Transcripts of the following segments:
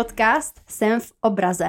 podcast Jsem v obraze.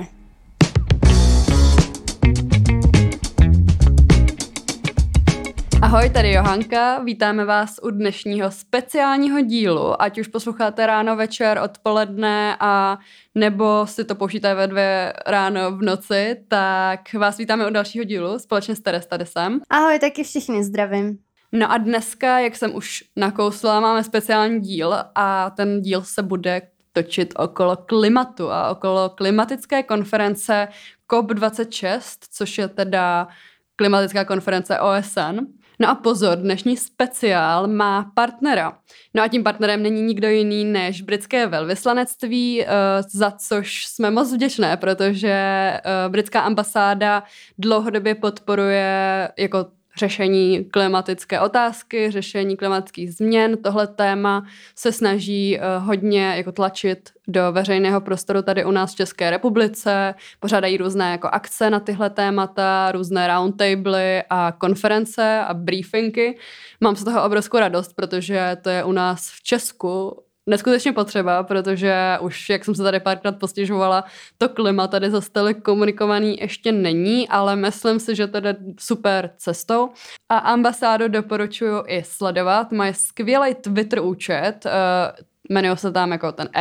Ahoj, tady Johanka, vítáme vás u dnešního speciálního dílu, ať už posloucháte ráno, večer, odpoledne a nebo si to pouštíte ve 2 ráno v noci, tak vás vítáme u dalšího dílu společně s Teres, tady jsem. Ahoj, taky všichni zdravím. No a dneska, jak jsem už nakousla, máme speciální díl a ten díl se bude točit okolo klimatu a okolo klimatické konference COP26, což je teda klimatická konference OSN. No a pozor, dnešní speciál má partnera. No a tím partnerem není nikdo jiný než britské velvyslanectví, za což jsme moc vděčné, protože britská ambasáda dlouhodobě podporuje jako řešení klimatické otázky, řešení klimatických změn. Tohle téma se snaží hodně jako tlačit do veřejného prostoru tady u nás v České republice. Pořádají různé jako akce na tyhle témata, různé roundtably a konference a briefingy. Mám z toho obrovskou radost, protože to je u nás v Česku neskutečně potřeba, protože už, jak jsem se tady párkrát postěžovala, to klima tady za tolik komunikovaný ještě není, ale myslím si, že to jde super cestou. A ambasádu doporučuji i sledovat. Mají skvělý Twitter účet, jmenuje se tam jako ten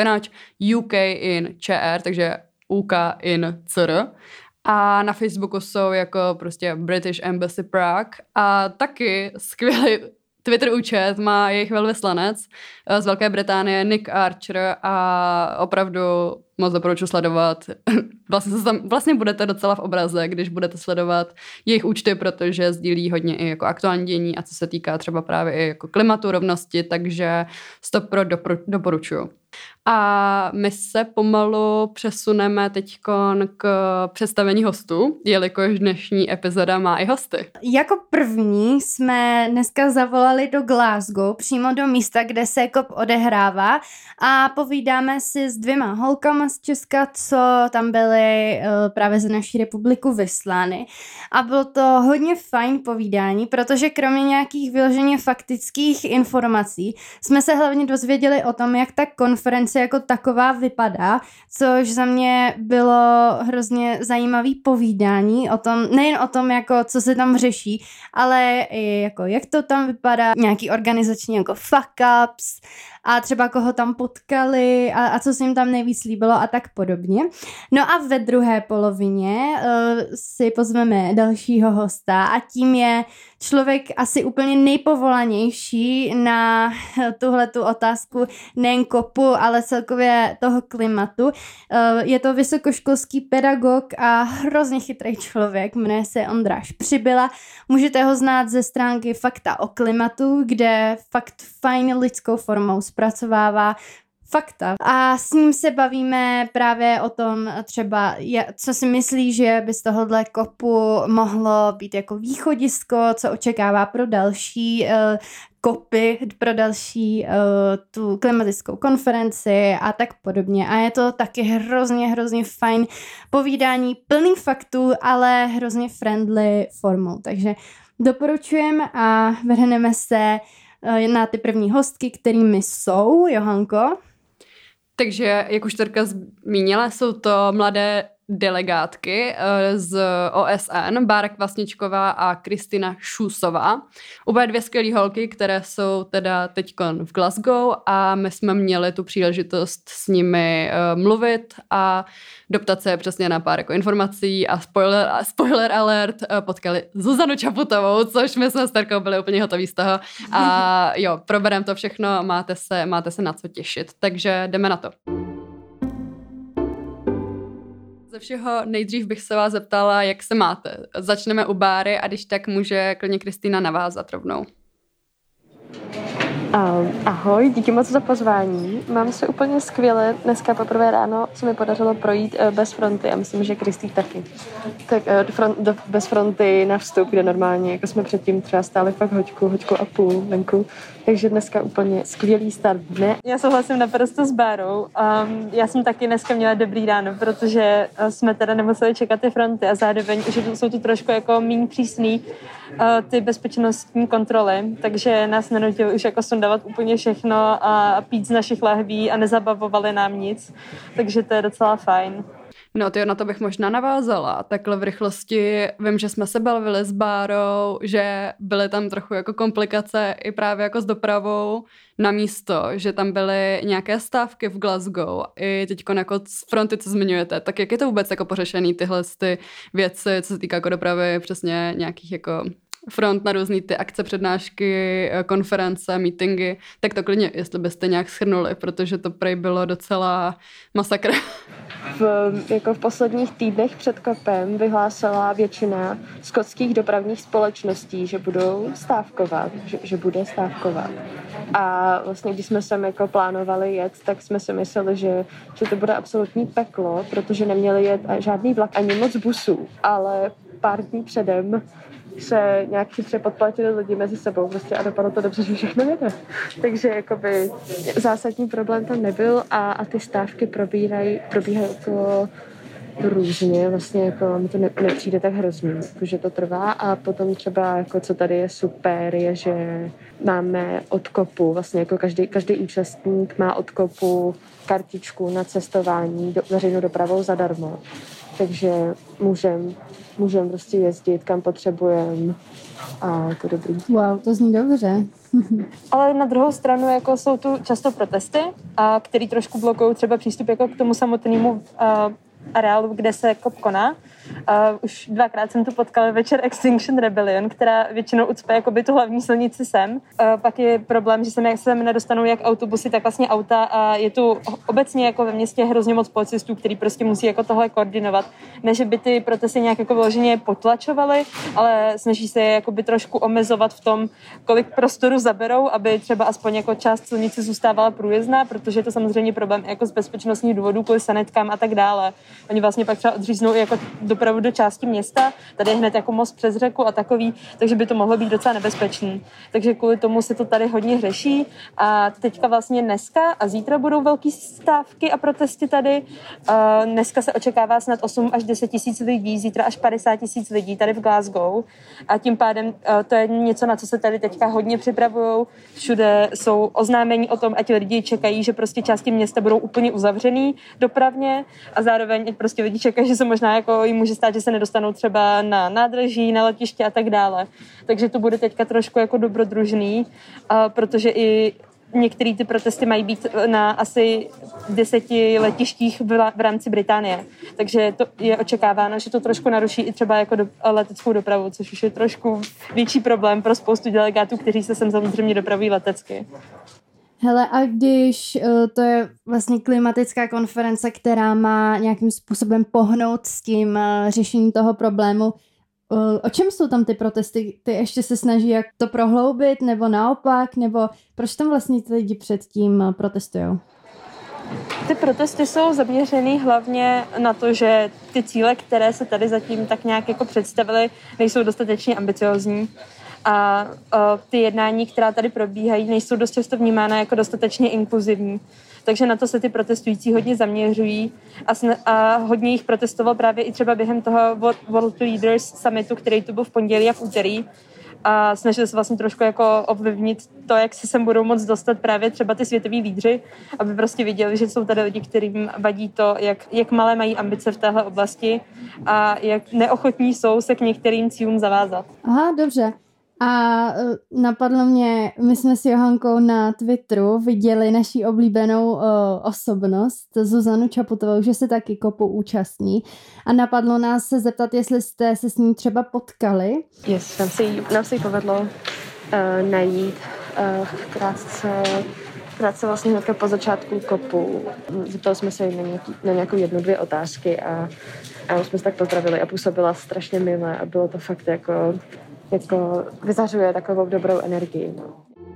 @UK in CR, takže UK in CR. A na Facebooku jsou jako prostě British Embassy Prague a taky skvělý Twitter účet má jejich velvyslanec z Velké Británie Nick Archer a opravdu moc doporučuji sledovat. Vlastně budete docela v obraze, když budete sledovat jejich účty, protože sdílí hodně i jako aktuální dění a co se týká třeba právě i jako klimatu, rovnosti, takže doporučuji. A my se pomalu přesuneme teďkon k představení hostů, jelikož dnešní epizoda má i hosty. Jako první jsme dneska zavolali do Glasgow, přímo do místa, kde se COP odehrává a povídáme si s 2 holkama z Česka, co tam byly právě za naší republiku vyslány. A bylo to hodně fajn povídání, protože kromě nějakých vyloženě faktických informací jsme se hlavně dozvěděli o tom, jak ta konference jako taková vypadá, což za mě bylo hrozně zajímavý povídání o tom, nejen o tom, jako co se tam řeší, ale i jako jak to tam vypadá, nějaký organizační jako fuck ups a třeba koho tam potkali a co se jim tam nejvíc líbilo a tak podobně. No a ve druhé polovině si pozveme dalšího hosta a tím je člověk asi úplně nejpovolanější na tuhletu otázku nejen COPu, ale celkově toho klimatu. Je to vysokoškolský pedagog a hrozně chytrý člověk, jmenuje se Ondráš Přibyla. Můžete ho znát ze stránky Fakta o klimatu, kde fakt fajn lidskou formou zpracovává fakta. A s ním se bavíme právě o tom třeba, co si myslí, že by z tohohle COPu mohlo být jako východisko, co očekává pro další COPy, pro další tu klimatickou konferenci a tak podobně. A je to taky hrozně fajn povídání, plný faktů, ale hrozně friendly formou. Takže doporučujeme a vrhneme se na ty první hostky, kterými jsou, Johanko. Takže, jak už Terka zmínila, jsou to mladé delegátky z OSN, Bára Kvasničková a Kristina Šusová. Obě 2 skvělé holky, které jsou teda teďkon v Glasgow a my jsme měli tu příležitost s nimi mluvit a doptat se přesně na pár jako informací a spoiler alert, potkali Zuzanu Čaputovou, což my jsme s Terkou byli úplně hotoví z toho a jo, probereme to všechno, máte se na co těšit, takže jdeme na to. Ze všeho nejdřív bych se vás zeptala, jak se máte. Začneme u Báry a když tak může klidně Kristýna navázat rovnou. Ahoj, díky moc za pozvání. Mám se úplně skvěle. Dneska poprvé ráno se mi podařilo projít bez fronty a myslím, že Kristý taky. Tak bez fronty na vstup, kde normálně, jako jsme předtím třeba stáli fakt hoďku a půl venku. Takže dneska úplně skvělý start dne. Já souhlasím naprosto s Bárou. Já jsem taky dneska měla dobrý ráno, protože jsme teda nemuseli čekat ty fronty a zároveň, že jsou tu trošku jako míň přísný ty bezpečnostní kontroly, takže nás nenutili už jako sundávat úplně všechno a pít z našich lahví a nezabavovali nám nic, takže to je docela fajn. No, na to bych možná navázala. Takhle v rychlosti vím, že jsme se bavili s Bárou, že byly tam trochu jako komplikace i právě jako s dopravou na místo, že tam byly nějaké stávky v Glasgow i teďko jako z fronty, co zmiňujete. Tak jak je to vůbec jako pořešený tyhle ty věci, co se týká jako dopravy, přesně nějakých jako front na různý ty akce, přednášky, konference, meetingy, tak to klidně, jestli byste nějak shrnuli, protože to prej bylo docela masakr. V posledních týdnech před kopem vyhlásila většina skotských dopravních společností, že budou stávkovat, že bude stávkovat. A vlastně, když jsme sem jako plánovali jet, tak jsme si mysleli, že to bude absolutní peklo, protože neměli jet žádný vlak ani moc busů, ale pár dní předem se nějak chytře podplatili lidi mezi sebou prostě a dopadlo to dobře, že všechno jede. Takže jakoby zásadní problém tam nebyl a ty stávky probíhají jako různě, vlastně jako mi to nepřijde tak hrozný, že to trvá a potom třeba jako co tady je super, je, že máme od kopu, vlastně jako každý účastník má od kopu kartičku na cestování veřejnou dopravou zadarmo. Takže můžem prostě jezdit, kam potřebujeme a to dobrý. Wow, to zní dobře. Ale na druhou stranu jako jsou tu často protesty, které trošku blokují třeba přístup jako k tomu samotnému areálu, kde se COP koná. Už 2krát jsem tu potkala večer Extinction Rebellion, která většinou ucpe jakoby tu hlavní silnici sem. Pak je problém, že se nedostanou jak autobusy, tak vlastně auta a je tu obecně jako ve městě hrozně moc policistů, který prostě musí jako tohle koordinovat. Ne, že by ty protesty nějak jako vyloženě potlačovaly, ale snaží se je jakoby trošku omezovat v tom, kolik prostoru zaberou, aby třeba aspoň jako část silnice zůstávala průjezdná, protože je to samozřejmě problém jako z bezpečnostních důvodů, kvůli sanetkám a tak dále. Oni vlastně pak třeba odříznou i jako dopravu do části města, tady je hned jako most přes řeku a takový, takže by to mohlo být docela nebezpečný. Takže kvůli tomu se to tady hodně řeší a teďka vlastně dneska a zítra budou velký stávky a protesty tady. Dneska se očekává snad 8 až 10 tisíc lidí, zítra až 50 tisíc lidí tady v Glasgow a tím pádem to je něco, na co se tady teďka hodně připravujou. Všude jsou oznámení o tom, ať lidi čekají, že prostě části města budou úplně uzavřený dopravně a zároveň prostě lidi čekají, že se možná jako jim může stát, že se nedostanou třeba na nádraží, na letiště a tak dále. Takže to bude teďka trošku jako dobrodružný, protože i některé ty protesty mají být na asi 10 letištích v rámci Británie. Takže to je očekáváno, že to trošku naruší i třeba jako leteckou dopravu, což už je trošku větší problém pro spoustu delegátů, kteří se sem samozřejmě dopravují letecky. Hele, a když to je vlastně klimatická konference, která má nějakým způsobem pohnout s tím řešením toho problému, o čem jsou tam ty protesty? Ty ještě se snaží jak to prohloubit, nebo naopak, nebo proč tam vlastně ty lidi předtím protestujou? Ty protesty jsou zaměřený hlavně na to, že ty cíle, které se tady zatím tak nějak jako představily, nejsou dostatečně ambiciozní. A ty jednání, která tady probíhají, nejsou dost často vnímána jako dostatečně inkluzivní. Takže na to se ty protestující hodně zaměřují a hodně jich protestoval právě i třeba během toho World Leaders Summitu, který tu byl v pondělí a v úterý. A snažili se vlastně trošku jako ovlivnit to, jak se sem budou moct dostat právě třeba ty světoví lídři, aby prostě viděli, že jsou tady lidi, kterým vadí to, jak malé mají ambice v téhle oblasti a jak neochotní jsou se k některým cílům zavázat. Aha, dobře. A napadlo mě, my jsme s Johankou na Twitteru viděli naši oblíbenou osobnost Zuzanu Čaputovou, že se taky COPu účastní a napadlo nás se zeptat, jestli jste se s ní třeba potkali. Yes, nám se jí povedlo najít krátce vlastně hnedka po začátku COPu. Zeptali jsme se jí na nějakou 1-2 otázky a jsme se tak pozdravili a působila strašně milé a bylo to fakt jako vyzařuje takovou dobrou energii. No.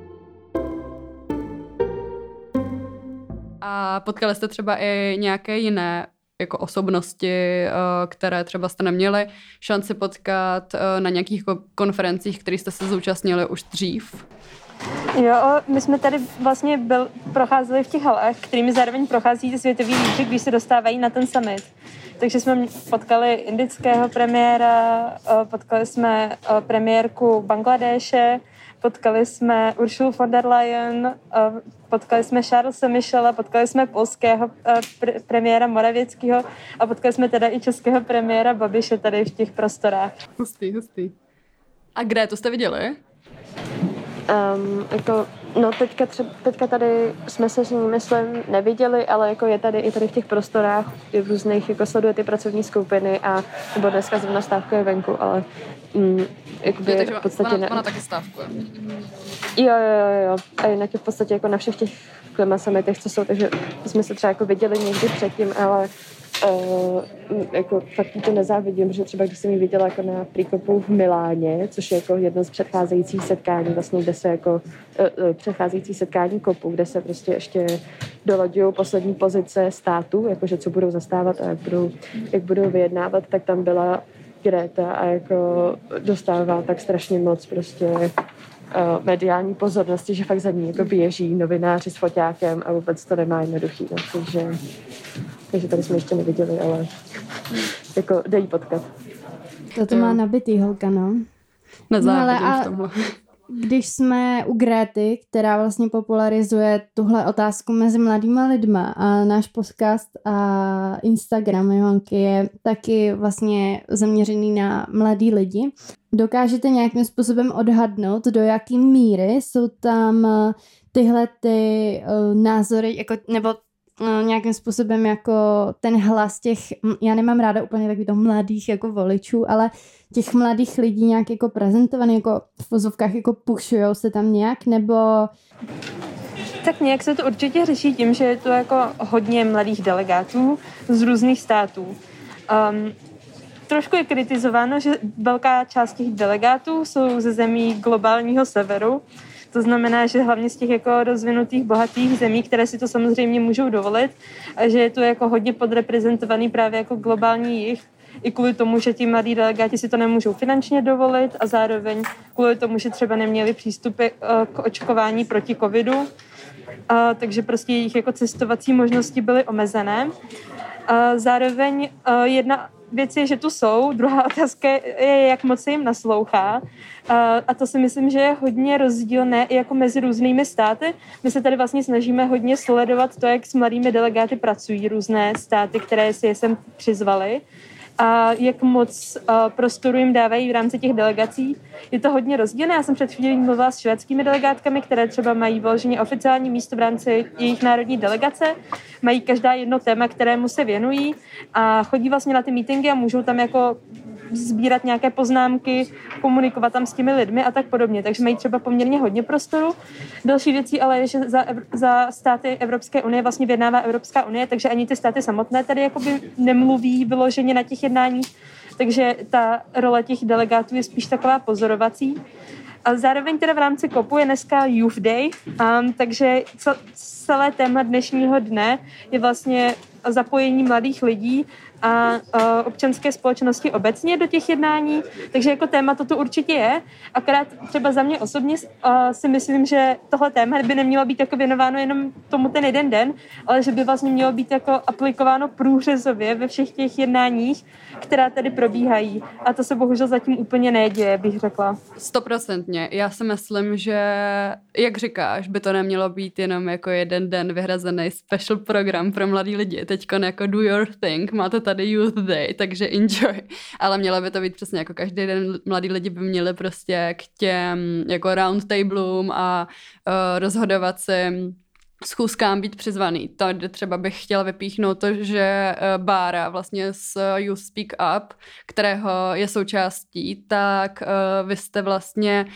A potkali jste třeba i nějaké jiné jako osobnosti, které třeba jste neměli šanci potkat na nějakých konferencích, kterých jste se zúčastnili už dřív? Jo, my jsme tady vlastně procházeli v těch halách, kterými zároveň prochází ty světoví lídři, když se dostávají na ten summit. Takže jsme potkali indického premiéra, potkali jsme premiérku Bangladéše, potkali jsme Ursulu von der Leyen, potkali jsme Charlesa Michela, potkali jsme polského premiéra Moravěckého a potkali jsme teda i českého premiéra Babiše tady v těch prostorách. Hustý. A kde to jste viděli? Teďka tady jsme se s ním, myslím, neviděli, ale jako je tady i tady v těch prostorách, i v různých, jako sleduje ty pracovní skupiny a nebo dneska zrovna stávkuje venku, ale takže v podstatě ona taky stávkuje. Jo. A jinak je v podstatě jako na všech těch klimasamitech, co jsou, takže jsme se třeba jako viděli někdy předtím, ale jako fakt to nezávidím, protože třeba když jsem ji viděla jako na Príkopu v Miláně, což je jako jedno z předcházejících setkání, vlastně, kde se jako předcházející setkání kopu, kde se prostě ještě dolaďují poslední pozice států, jakože co budou zastávat a jak budou vyjednávat, tak tam byla Greta a jako dostává tak strašně moc prostě mediální pozornosti, že fakt za ní jako běží novináři s foťákem a vůbec to nemá jednoduchý, no, takže tady jsme ještě neviděli, ale jako jde jí potkat. To má nabitý holka, no. Nezávidím v tomhle. Když jsme u Gréty, která vlastně popularizuje tuhle otázku mezi mladýma lidma a náš podcast a Instagram Ivanky je taky vlastně zaměřený na mladý lidi. Dokážete nějakým způsobem odhadnout, do jaký míry jsou tam tyhle ty názory, jako, nebo nějakým způsobem jako ten hlas těch, já nemám ráda úplně takových mladých jako voličů, ale těch mladých lidí nějak jako prezentovaný, jako v vozovkách jako pušujou se tam nějak, nebo... Tak nějak se to určitě řeší tím, že je to jako hodně mladých delegátů z různých států. Trošku je kritizováno, že velká část těch delegátů jsou ze zemí globálního severu. To znamená, že hlavně z těch jako rozvinutých, bohatých zemí, které si to samozřejmě můžou dovolit, a že je to jako hodně podreprezentovaný právě jako globální jih, i kvůli tomu, že ti mladí delegáti si to nemůžou finančně dovolit a zároveň kvůli tomu, že třeba neměli přístupy k očkování proti covidu, takže prostě jejich jako cestovací možnosti byly omezené. Zároveň jedna věc je, že tu jsou, druhá otázka je, jak moc se jim naslouchá. A to si myslím, že je hodně rozdílné i jako mezi různými státy. My se tady vlastně snažíme hodně sledovat to, jak s mladými delegáty pracují různé státy, které si je sem přizvali a jak moc prostoru jim dávají v rámci těch delegací. Je to hodně rozdílné. Já jsem před chvílí mluvila s švédskými delegátkami, které třeba mají vyloženě oficiální místo v rámci jejich národní delegace. Mají každá jedno téma, kterému se věnují a chodí vlastně na ty meetingy a můžou tam jako sbírat nějaké poznámky, komunikovat tam s těmi lidmi a tak podobně. Takže mají třeba poměrně hodně prostoru. Další věcí ale je, že za státy Evropské unie vlastně vyjednává Evropská unie, takže ani ty státy samotné tady jakoby nemluví vyloženě na těch jednáních. Takže ta role těch delegátů je spíš taková pozorovací. A zároveň teda v rámci COPu je dneska Youth Day, takže celé téma dnešního dne je vlastně zapojení mladých lidí a občanské společnosti obecně do těch jednání, takže jako téma to tu určitě je, akorát třeba za mě osobně si myslím, že tohle téma by nemělo být jako věnováno jenom tomu ten jeden den, ale že by vlastně mělo být jako aplikováno průřezově ve všech těch jednáních, která tady probíhají. A to se bohužel zatím úplně neděje, bych řekla. 100%. Já si myslím, že, jak říkáš, by to nemělo být jenom jako jeden den vyhrazený special program pro mladý lidi. Teďkon jako do your thing, máte tady Youth Day, takže enjoy. Ale mělo by to být přesně jako každý den mladí lidi by měli prostě k těm jako round tableům a rozhodovacím schůzkám být přizvaný. Tady třeba bych chtěla vypíchnout to, že Bára vlastně z Youth Speak Up, kterého je součástí, tak vy jste vlastně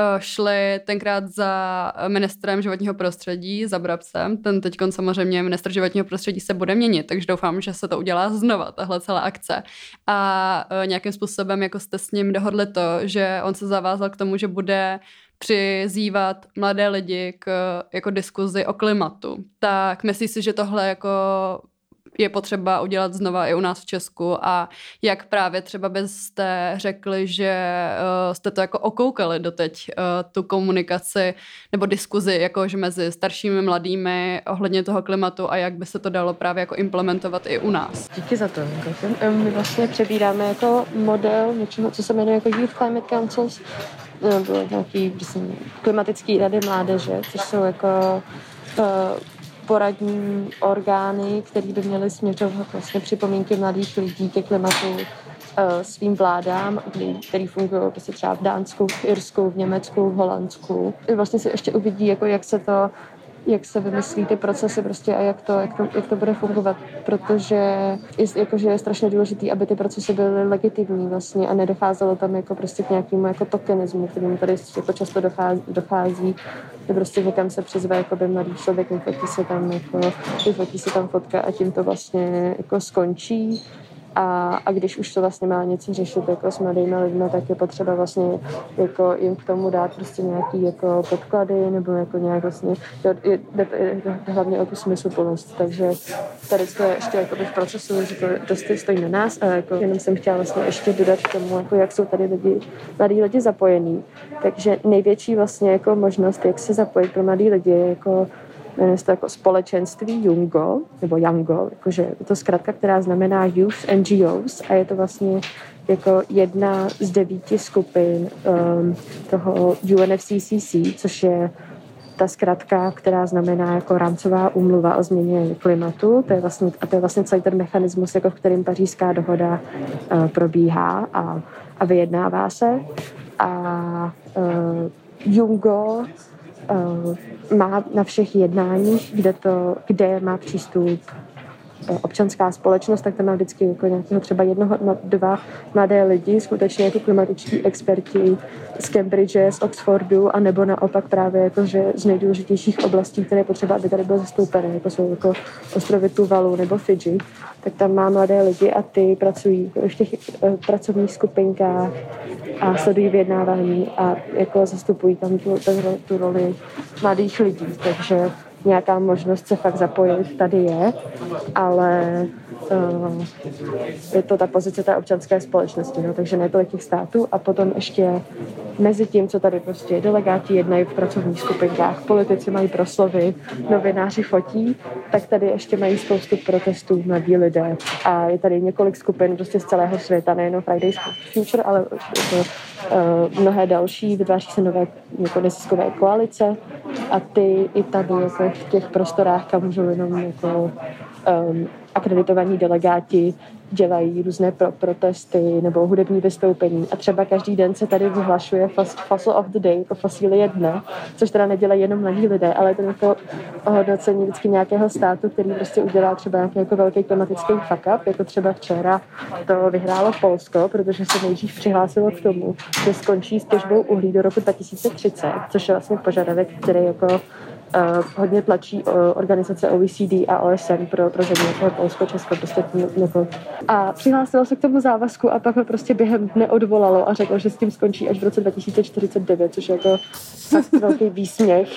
šli tenkrát za ministrem životního prostředí, za Brabcem. Ten teďkon samozřejmě ministr životního prostředí se bude měnit, takže doufám, že se to udělá znova, tahle celá akce. A nějakým způsobem jako jste s ním dohodli to, že on se zavázal k tomu, že bude přizývat mladé lidi k jako diskuzi o klimatu. Tak myslíš si, že tohle jako je potřeba udělat znova i u nás v Česku a jak právě třeba byste řekli, že jste to jako okoukali doteď tu komunikaci nebo diskuzi jakože mezi staršími, mladými ohledně toho klimatu a jak by se to dalo právě jako implementovat i u nás. Díky za to. My vlastně přebíráme jako model něčeho, co se jmenuje jako Youth Climate Councils, nebo nějaký klimatický rady mládeže, což jsou jako poradní orgány, které by měly směřovat vlastně připomínky mladých lidí ke klimatu svým vládám, který fungují prostě třeba v Dánsku, v Irsku, v Německu, v Holandsku. Vlastně se ještě uvidí, jako jak se vymyslí ty procesy prostě a jak to bude fungovat, protože je strašně důležitý, aby ty procesy byly legitimní vlastně a nedocházelo tam jako prostě k nějakému jako tokenismu, kterému tady jako často dochází, že prostě někam se přizve jako by mladý člověk, vyfotí se tam fotka a tím to vlastně jako skončí. A když už to vlastně má něco řešit jako s mladými lidmi, tak je potřeba vlastně jako jim k tomu dát prostě nějaký jako podklady nebo jako nějak vlastně jde hlavně o tu smysluplnost. Takže tady to je ještě jako v procesu, že to dost stojí na nás a jako jenom jsem chtěla vlastně ještě dodat k tomu, jako jak jsou tady mladí lidi zapojení. Takže největší vlastně jako možnost, jak se zapojit pro mladí lidi je jako jmenuje se to jako společenství Jungo, nebo Yango, jakože je to zkratka, která znamená Youth NGOs a je to vlastně jako jedna z 9 skupin toho UNFCCC, což je ta zkratka, která znamená jako rámcová úmluva o změně klimatu. To je vlastně celý ten mechanismus, jako v kterým Pařížská dohoda probíhá a vyjednává se. A Jungo má na všech jednáních, kde má přístup občanská společnost, tak tam má vždycky jako nějakého třeba 1-2 mladé lidi, skutečně jako klimatičtí experti z Cambridge, z Oxfordu, a nebo naopak právě jakože z nejdůležitějších oblastí, které je potřeba, aby tady bylo zastoupené, jako jsou jako ostrovy Tuvalu nebo Fidži, tak tam má mladé lidi a ty pracují v těch pracovních skupinkách a sledují vyjednávání a jako zastupují tam tu roli mladých lidí, takže nějaká možnost se fakt zapojit tady je, ale je to ta pozice té občanské společnosti, no, takže ne tolik těch států a potom ještě mezi tím, co tady prostě delegáti jednají v pracovních skupinkách, politici mají proslovy, novináři fotí, tak tady ještě mají spoustu protestů mladí lidé a je tady několik skupin prostě z celého světa, nejenom Fridays for Future, ale mnohé další, vytváří se nové jako neziskové koalice a ty i tady jako v těch prostorách, kam můžou jenom jako akreditovaní delegáti dělají různé protesty nebo hudební vystoupení a třeba každý den se tady vyhlašuje Fossil of the Day, jako fosílie dne, což teda nedělají jenom mladí lidé, ale je to jako hodnocení vždycky nějakého státu, který prostě udělá třeba nějaký jako velký klimatický fuck up, jako třeba včera to vyhrálo Polsko, protože se nejdřív přihlásilo k tomu, že skončí s těžbou uhlí do roku 2030, což je vlastně požadavek, který jako hodně tlačí organizace OECD a OSN pro země jako Polsko, Česko, prostě jako. A přihlásilo se k tomu závazku a pak ho prostě během dne odvolalo a řeklo, že s tím skončí až v roce 2049, což je jako fakt velký výsměch.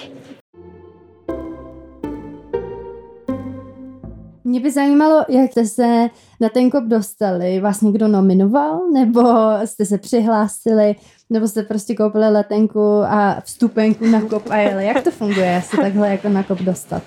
Mě by zajímalo, jak jste se na ten COP dostali, vás někdo nominoval, nebo jste se přihlásili, nebo jste prostě koupili letenku a vstupenku na COP a jeli. Jak to funguje, se takhle jako na COP dostat?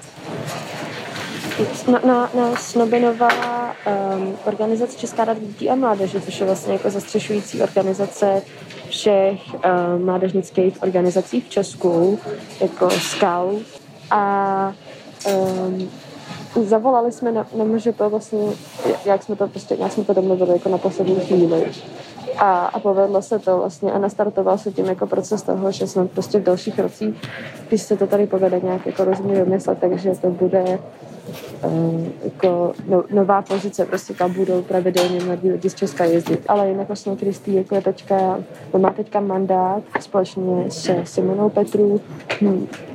Nás nominovala organizace Česká rada dětí a mládeže, což je vlastně jako zastřešující organizace všech mládežnických organizací v Česku, jako Scout. A zavolali jsme na MŽP vlastně, jak jsme to domluvili jako na poslední chvíli. A povedlo se to vlastně a nastartoval se tím jako proces toho, že snad prostě v dalších rocích, když se to tady povede nějak jako rozumně vymyslet, takže to bude jako nová pozice, prostě kam budou pravidelně mladí lidi z Česka jezdit. Ale jinak vlastně Kristý jako má teďka mandát společně se Simonou Petru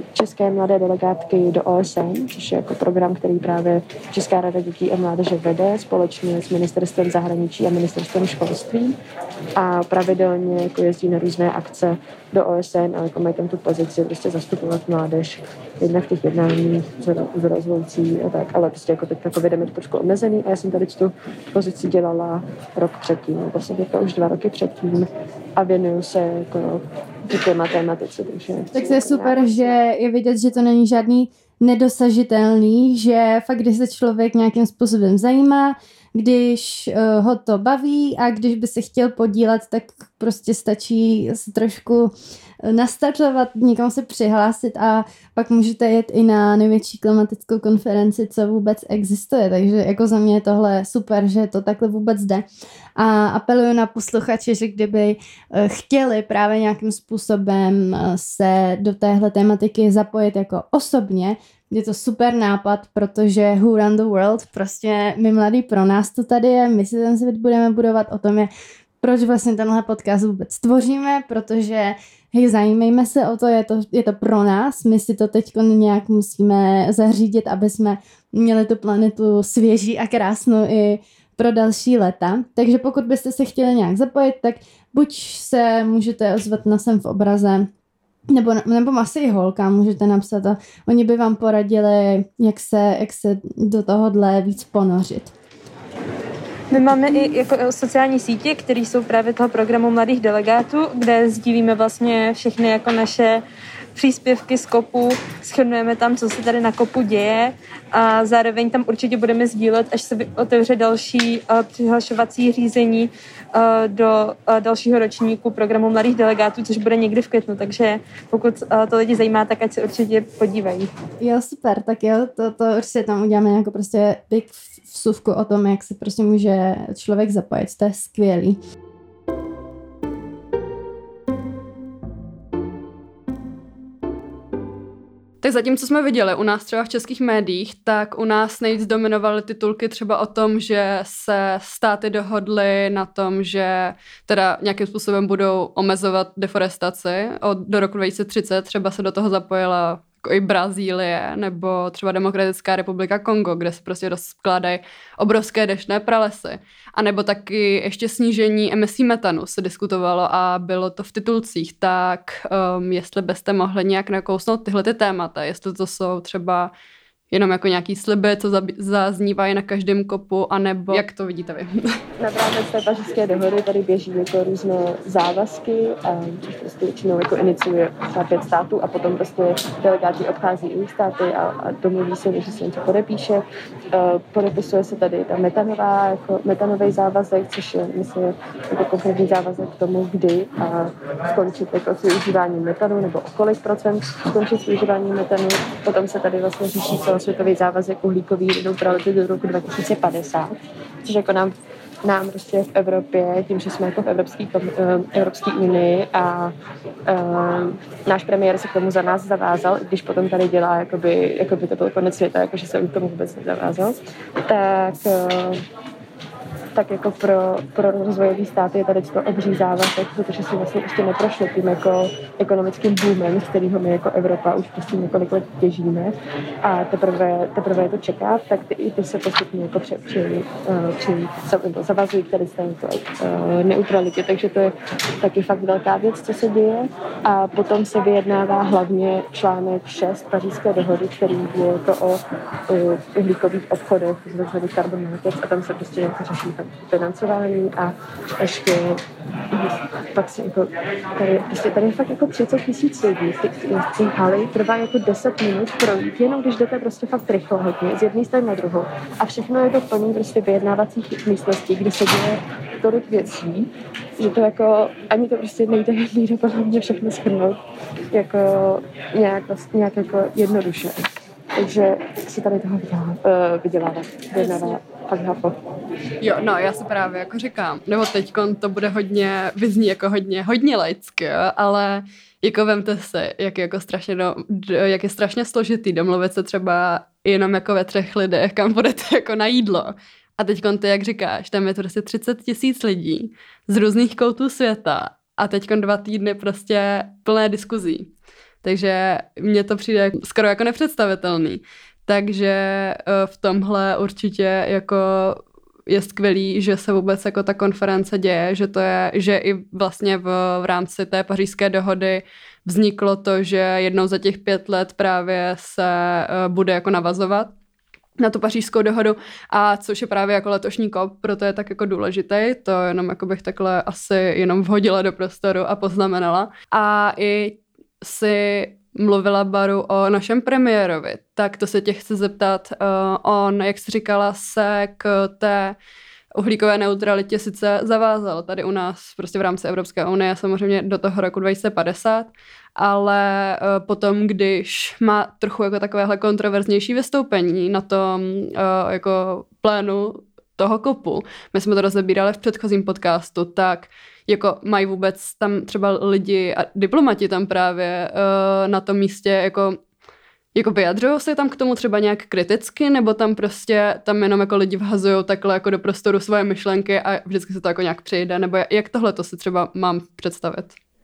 české mladé delegátky do OSN, což je jako program, který právě Česká rada dětí a mládeže vede společně s Ministerstvem zahraničí a Ministerstvem školství a pravidelně jako jezdí na různé akce do OSN a jako mají tam tu pozici prostě zastupovat mládež jednak v těch jednáních s rozhodcí a tak, ale prostě jako teď takový jdeme trošku omezený a já jsem tady tu pozici dělala rok předtím, vlastně jako už 2 roky předtím a věnuju se jako těma tématice. Tak to je super, že je vidět, že to není žádný nedosažitelný, že fakt, když se člověk nějakým způsobem zajímá, když ho to baví a když by se chtěl podílet, tak prostě stačí se trošku nastartovat, někam se přihlásit a pak můžete jet i na největší klimatickou konferenci, co vůbec existuje. Takže jako za mě je tohle super, že to takhle vůbec jde. A apeluju na posluchače, že kdyby chtěli právě nějakým způsobem se do téhle tematiky zapojit jako osobně, je to super nápad, protože Who Run the World, prostě my mladí pro nás to tady je, my si ten svět budeme budovat, o tom je, proč vlastně tenhle podcast vůbec tvoříme, protože hej, zajímejme se o to, je to pro nás, my si to teď nějak musíme zařídit, aby jsme měli tu planetu svěží a krásnou i pro další léta. Takže pokud byste se chtěli nějak zapojit, tak buď se můžete ozvat na Jsem v obraze, nebo asi i holkám můžete napsat a oni by vám poradili, jak se do tohohle víc ponořit. My máme i jako sociální sítě, které jsou právě toho programu mladých delegátů, kde sdílíme vlastně všechny jako naše příspěvky z kopu, shrnujeme tam, co se tady na kopu děje a zároveň tam určitě budeme sdílet, až se otevře další přihlašovací řízení do dalšího ročníku programu mladých delegátů, což bude někdy v květnu, takže pokud to lidi zajímá, tak ať se určitě podívají. Jo, super, tak jo, to určitě tam uděláme jako prostě big vsuvku o tom, jak se prostě může člověk zapojit, to je skvělý. Tak zatím, co jsme viděli u nás třeba v českých médiích, tak u nás nejvíc dominovaly titulky třeba o tom, že se státy dohodly na tom, že teda nějakým způsobem budou omezovat deforestaci do roku 2030. Třeba se do toho zapojila jako i Brazílie nebo třeba Demokratická republika Kongo, kde se prostě rozkládají obrovské deštné pralesy. A nebo taky ještě snížení emisí metanu se diskutovalo a bylo to v titulcích. Tak jestli byste mohli nějak nakousnout tyhle ty témata, jestli to jsou třeba jenom jako nějaký sliby, co zaznívají na každém kopu, anebo jak to vidíte vy? Na právě z té Pařížské dohody tady běží jako různé závazky, což prostě většinou jako iniciuje 5 států a potom prostě delegáti obchází i státy a domluví se, že se něco podepíše. Podepisuje se tady ta metanový závazek, což je, myslím, jako konkrétní závazek k tomu, kdy skončit jako s využíváním metanu, nebo o kolik procent skončit s využíváním metanu. Potom se tady vlastně řeší celosvětový závazek uhlíkový neutrality do roku 2050, což jako nám prostě v Evropě, tím, že jsme jako v Evropské unii a náš premiér se k tomu za nás zavázal, když potom tady dělá, jakoby to byl konec světa, jakože se k tomu vůbec nezavázal, tak jako pro rozvojový státy je tady to obří závazek, protože si vlastně ještě neprošli tím jako ekonomickým boomem, z kterého my jako Evropa už prostě několik let těžíme a teprve je to čeká, tak ty se postupně jako zavazují k tady z té neutralitě, takže to je taky fakt velká věc, co se děje a potom se vyjednává hlavně článek 6 Pařížské dohody, který je jako o uhlíkových obchodech, takzvaných carbon markets a tam se prostě jako řeší financování a ještě pak si jako tady je fakt jako 30 000 lidí z té haly, trvá jako 10 minut projít, jenom když jdete prostě fakt rychle hodně, z jedné strany na druhou a všechno je to plný prostě vyjednávacích místností, kde se děje tolik věcí, že to jako ani to prostě nejde podle mě všechno shrnout jako nějak jako jednoduše. Takže si tady toho vydělává fakt hafo. Jo, no, já si právě jako říkám, nebo teďkon to bude vyzní jako hodně laicky, jo, ale jako vemte si, jak je strašně složitý domluvit se třeba jenom jako ve 3 lidech, kam budete jako na jídlo. A teďkon ty, jak říkáš, tam je to prostě 30 000 lidí z různých koutů světa a teďkon 2 týdny prostě plné diskuzí. Takže mně to přijde skoro jako nepředstavitelný. Takže v tomhle určitě jako je skvělý, že se vůbec jako ta konference děje, že i vlastně v rámci té Pařížské dohody vzniklo to, že jednou za těch 5 let právě se bude jako navazovat na tu Pařížskou dohodu, a což je právě jako letošní COP, proto je tak jako důležitý, to jenom jako bych takhle asi jenom vhodila do prostoru a poznamenala. A i si mluvila, Baru, o našem premiérovi, tak to se tě chci zeptat, on, jak jsi říkala, se k té uhlíkové neutralitě sice zavázal tady u nás prostě v rámci Evropské unie samozřejmě do toho roku 2050, ale potom, když má trochu jako takovéhle kontroverznější vystoupení na tom jako plénu toho COPu, my jsme to rozebírali v předchozím podcastu, tak jako mají vůbec tam třeba lidi a diplomati tam právě na tom místě jako vyjadřují se tam k tomu třeba nějak kriticky, nebo tam prostě tam jenom jako lidi vhazují takhle jako do prostoru svoje myšlenky a vždycky se to jako nějak přejde, nebo jak tohle to si třeba mám představit?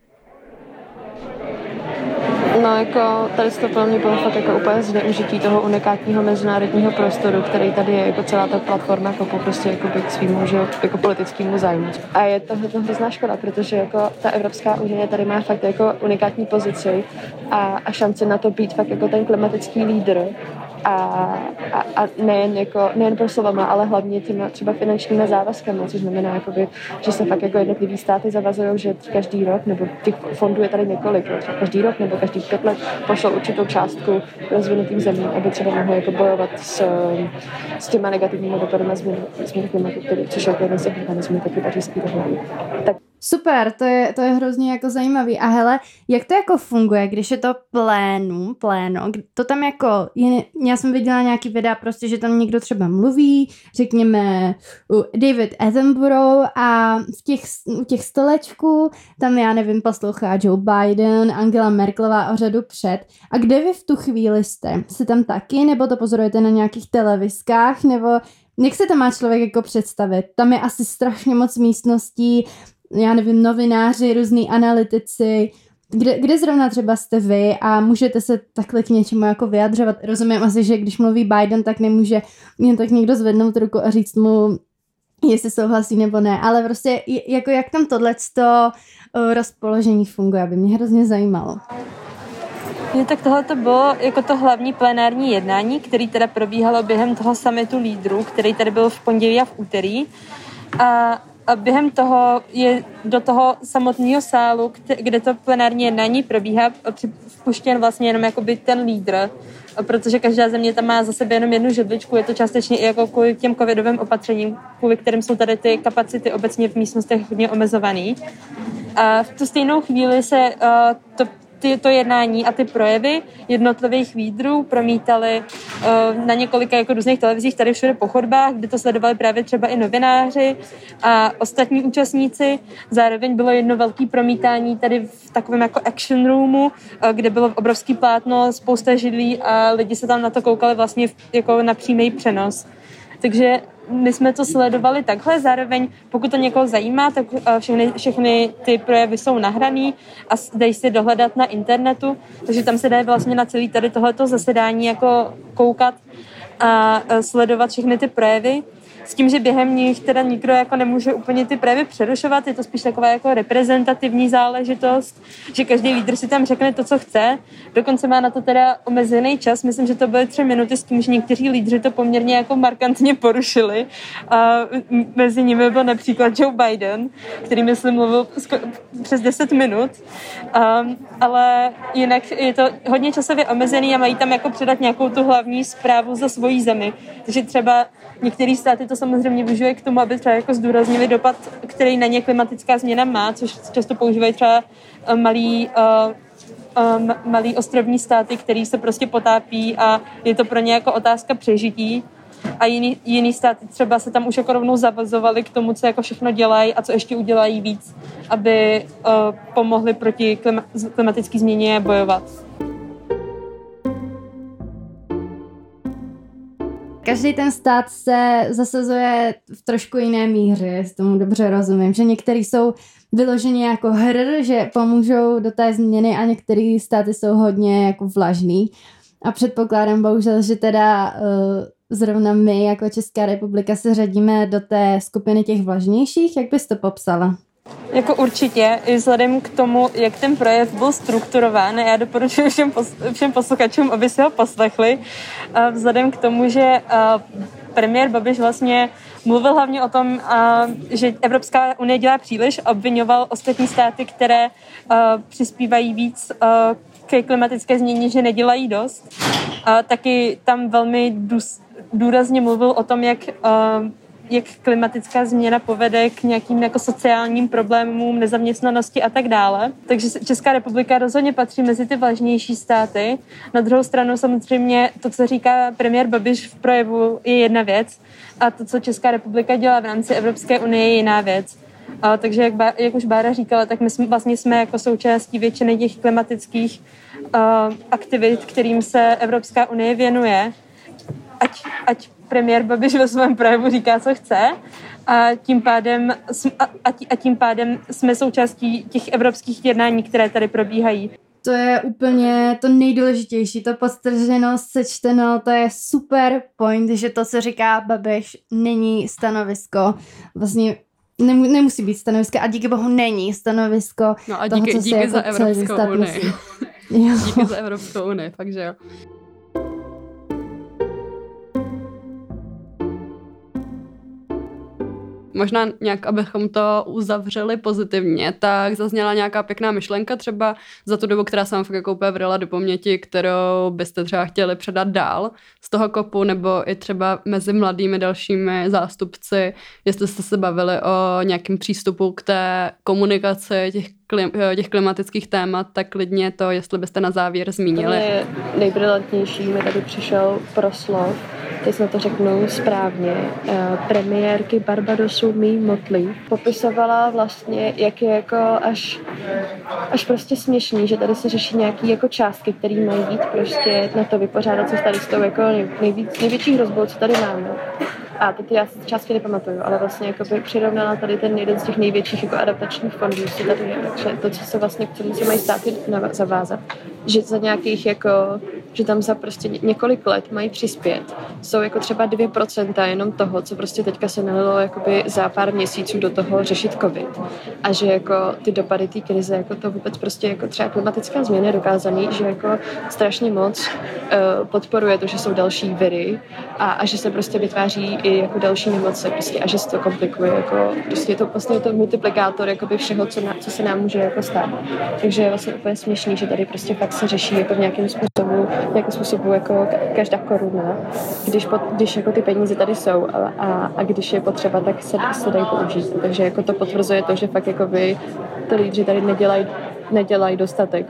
No jako tady to pro mě bylo fakt jako úplně zneužití toho unikátního mezinárodního prostoru, který tady je jako celá ta platforma jako prostě jako k svýmu, že jako politickému zájmu. A je to hrozná škoda, protože jako ta Evropská unie tady má fakt jako unikátní pozici a šanci na to být fakt jako ten klimatický lídr. A nejen pro slovama, ale hlavně těma třeba finančními závazkami, což znamená, jakoby, že se fakt jako jednotlivý státy zavazují, že každý rok, nebo těch fondů je tady několik, třeba každý rok nebo každý 5 let pošlou určitou částku rozvinutým zemím, aby třeba mohli jako bojovat s těma negativními dopady na změny klimatu, což je jako jeden z těch mechanizmů taky Pařížské dohody. Tak super, to je hrozně jako zajímavý. A hele, jak to jako funguje, když je to pléno, to tam jako, já jsem viděla nějaký videa prostě, že tam někdo třeba mluví, řekněme David Attenborough a u těch stolečků tam, já nevím, poslouchá Joe Biden, Angela Merkelová o řadu před. A kde vy v tu chvíli jste? Jste tam taky, nebo to pozorujete na nějakých televizkách, nebo jak se tam má člověk jako představit? Tam je asi strašně moc místností, já nevím, novináři, různý analytici, kde zrovna třeba jste vy a můžete se takhle k něčemu jako vyjadřovat. Rozumím asi, že když mluví Biden, tak nemůže jen tak někdo zvednout ruku a říct mu, jestli souhlasí nebo ne, ale prostě jako jak tam tohleto rozpoložení funguje, aby mě hrozně zajímalo. Tak tohle to bylo jako to hlavní plenární jednání, který teda probíhalo během toho summitu lídrů, který tady byl v pondělí a v úterý. A během toho je do toho samotného sálu, kde to plenární jednání probíhá, vpuštěn vlastně jenom jakoby ten lídr, protože každá země tam má za sebe jenom jednu židličku, je to částečně i jako kvůli těm covidovým opatřením, kvůli kterým jsou tady ty kapacity obecně v místnostech hodně omezovaný. A v tu stejnou chvíli se to jednání a ty projevy jednotlivých lídrů promítaly na několika jako různých televizích tady všude po chodbách, kde to sledovali právě třeba i novináři a ostatní účastníci. Zároveň bylo jedno velké promítání tady v takovém jako action roomu, kde bylo obrovský plátno, spousta židlí a lidi se tam na to koukali vlastně jako na přímý přenos. Takže my jsme to sledovali takhle, zároveň pokud to někoho zajímá, tak všechny ty projevy jsou nahraný a dají se dohledat na internetu, takže tam se dá vlastně na celý tady tohleto zasedání jako koukat a sledovat všechny ty projevy. S tím, že během nich teda nikdo jako nemůže úplně ty projevy přerušovat, je to spíš taková jako reprezentativní záležitost, že každý lídr si tam řekne to, co chce. Dokonce má na to teda omezený čas, myslím, že to byly 3 minuty, s tím, že někteří lídři to poměrně jako markantně porušili. A mezi nimi byl například Joe Biden, který myslím mluvil přes 10 minut, ale jinak je to hodně časově omezený a mají tam jako předat nějakou tu hlavní zprávu za svoji zemi. Takže třeba některé státy to samozřejmě využívají k tomu, aby třeba jako zdůraznili dopad, který na ně klimatická změna má, což často používají třeba malý ostrovní státy, který se prostě potápí a je to pro ně jako otázka přežití. A jiný státy třeba se tam už jako rovnou zavazovali k tomu, co jako všechno dělají a co ještě udělají víc, aby pomohli proti klimatické změně bojovat. každý ten stát se zasazuje v trošku jiné míře, jestli tomu dobře rozumím, že některý jsou vyloženě jako že pomůžou do té změny a některé státy jsou hodně jako vlažný. A předpokládám bohužel, že teda zrovna my jako Česká republika se řadíme do té skupiny těch vlažnějších. Jak bys to popsala? Jako určitě, i vzhledem k tomu, jak ten projev byl strukturován, já doporučuji všem posluchačům, aby si ho poslechli, vzhledem k tomu, že premiér Babiš vlastně mluvil hlavně o tom, že Evropská unie dělá příliš, obvinoval ostatní státy, které přispívají víc ke klimatické změně, že nedělají dost. Taky tam velmi důrazně mluvil o tom, jak klimatická změna povede k nějakým jako sociálním problémům, nezaměstnanosti a tak dále. Takže Česká republika rozhodně patří mezi ty vážnější státy. Na druhou stranu samozřejmě to, co říká premiér Babiš v projevu, je jedna věc a to, co Česká republika dělá v rámci Evropské unie, je jiná věc. Takže jak už Bára říkala, tak my jsme jako součástí většiny těch klimatických aktivit, kterým se Evropská unie věnuje. Ať premiér Babiš ve svém projevu říká, co chce, a tím pádem jsme součástí těch evropských jednání, které tady probíhají. To je úplně to nejdůležitější, to podtrženo, sečteno, to je super point, že to, co říká Babiš, není stanovisko. Vlastně nemusí být stanovisko a díky bohu není stanovisko. No a díky jako za Evropskou unii. Díky za Evropskou unii, fakt že jo. Možná nějak, abychom to uzavřeli pozitivně, tak zazněla nějaká pěkná myšlenka třeba za tu dobu, která se vám fakt jako úplně vrela do paměti, kterou byste třeba chtěli předat dál z toho kopu, nebo i třeba mezi mladými dalšími zástupci, jestli jste se bavili o nějakém přístupu k té komunikaci těch klimatických témat, tak klidně to, jestli byste na závěr zmínili. Nejbrilantnější mi tady přišel proslov, teď na to řeknu správně, premiérky Barbadosu Mia Mottley popisovala vlastně, jak je jako až prostě směšný, že tady se řeší nějaký jako částky, které mají být prostě na to vypořádat se tady s tou jako největší hrozbou, co tady máme. A teď já si částky nepamatuju, ale vlastně jakoby přirovnala tady ten jeden z těch největších jako adaptačních fondů, co tady je, takže to, co se vlastně, k čemu se mají státy zavázat, že za nějakých jako, že tam za prostě několik let mají přispět, jsou jako třeba 2% jenom toho, co prostě teďka se nalilo jakoby za pár měsíců do toho řešit covid. A že jako ty dopady té krize, jako to vůbec prostě jako třeba klimatická změna je dokázaný, že jako strašně moc podporuje to, že jsou další viry a že se prostě vytváří i jako další nemoce prostě a že se to komplikuje, jako prostě je to vlastně to multiplikátor jakoby všeho, co se nám může jako stát. Takže je vlastně úplně směšný, že tady prostě fakt se řeší jako v nějakém způsobu jako každá koruna, když jako ty peníze tady jsou a když je potřeba, tak se dají použít. Takže jako to potvrzuje to, že fakt jakoby ty lídři tady nedělají dostatek.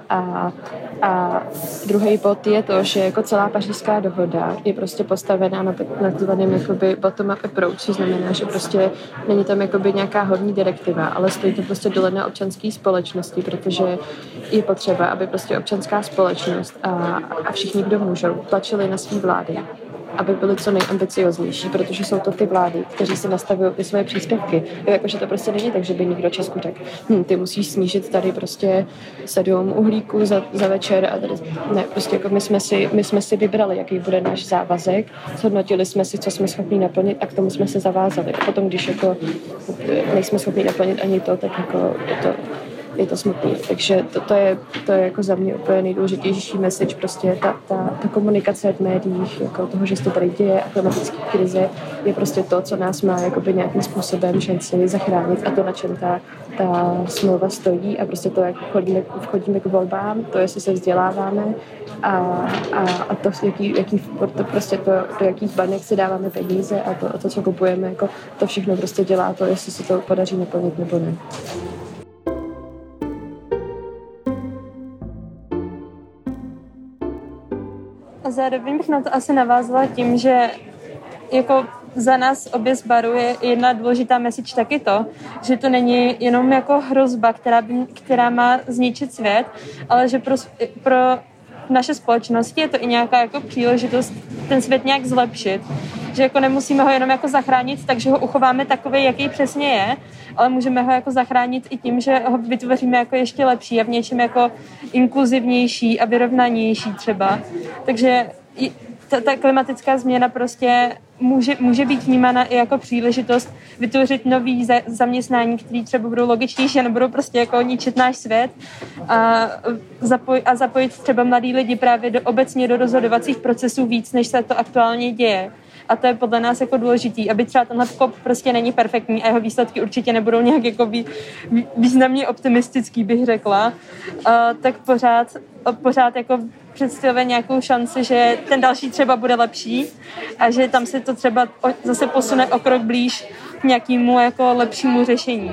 A druhý bod je to, že jako celá pařížská dohoda je prostě postavená na takzvaném jakoby bottom-up approach, což znamená, že prostě není tam jakoby nějaká hodní direktiva, ale stojí to prostě dole na občanské společnosti, protože je potřeba, aby prostě občanská společnost a všichni, kdo můžou, tlačili na svý vlády, aby byly co nejambicioznější, protože jsou to ty vlády, kteří si nastavují ty svoje příspěvky. Jakože to prostě není tak, že by někdo Česku řekl, ty musíš snížit tady prostě 7 uhlíků za večer a tady, ne, prostě jako my jsme si vybrali, jaký bude náš závazek, zhodnotili jsme si, co jsme schopni naplnit a k tomu jsme se zavázali. A potom, když jako nejsme schopni naplnit ani to, tak jako je to smutný. Takže to je jako za mě úplně nejdůležitější message, prostě ta komunikace v médiích, jako toho, že se to tady děje a klimatické krize je prostě to, co nás má jakoby nějakým způsobem šanci zachránit a to, na čem ta smlouva stojí a prostě to, jak vchodíme k volbám, to, jestli se vzděláváme a to, do jakých banek si dáváme peníze a to, co kupujeme, jako to všechno prostě dělá to, jestli se to podaří naplnit nebo ne. A zároveň bych na to asi navázala tím, že jako za nás obě z Baru je jedna důležitá message taky to, že to není jenom jako hrozba, která má zničit svět, ale že pro v naší společnosti, je to i nějaká jako příležitost ten svět nějak zlepšit. Že jako nemusíme ho jenom jako zachránit, takže ho uchováme takový, jaký přesně je, ale můžeme ho jako zachránit i tím, že ho vytvoříme jako ještě lepší a v něčem jako inkluzivnější a vyrovnanější třeba. Takže ta klimatická změna prostě může být vnímána i jako příležitost vytvořit nový zaměstnání, které třeba budou logičtější a nebudou prostě jako ničit náš svět a zapojit třeba mladý lidi právě obecně do rozhodovacích procesů víc, než se to aktuálně děje. A to je podle nás jako důležitý, aby třeba tenhle COP prostě není perfektní a jeho výsledky určitě nebudou nějak jako významně optimistický, bych řekla, tak pořád jako představuje nějakou šanci, že ten další třeba bude lepší a že tam se to třeba zase posune o krok blíž k nějakému jako lepšímu řešení.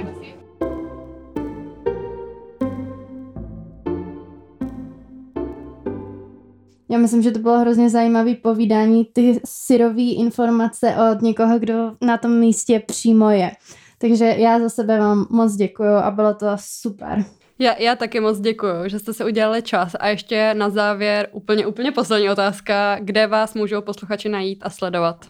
Já myslím, že to bylo hrozně zajímavé povídání, ty syrový informace od někoho, kdo na tom místě přímo je. Takže já za sebe vám moc děkuju a bylo to super. Já taky moc děkuju, že jste se udělali čas. A ještě na závěr úplně poslední otázka. Kde vás můžou posluchači najít a sledovat?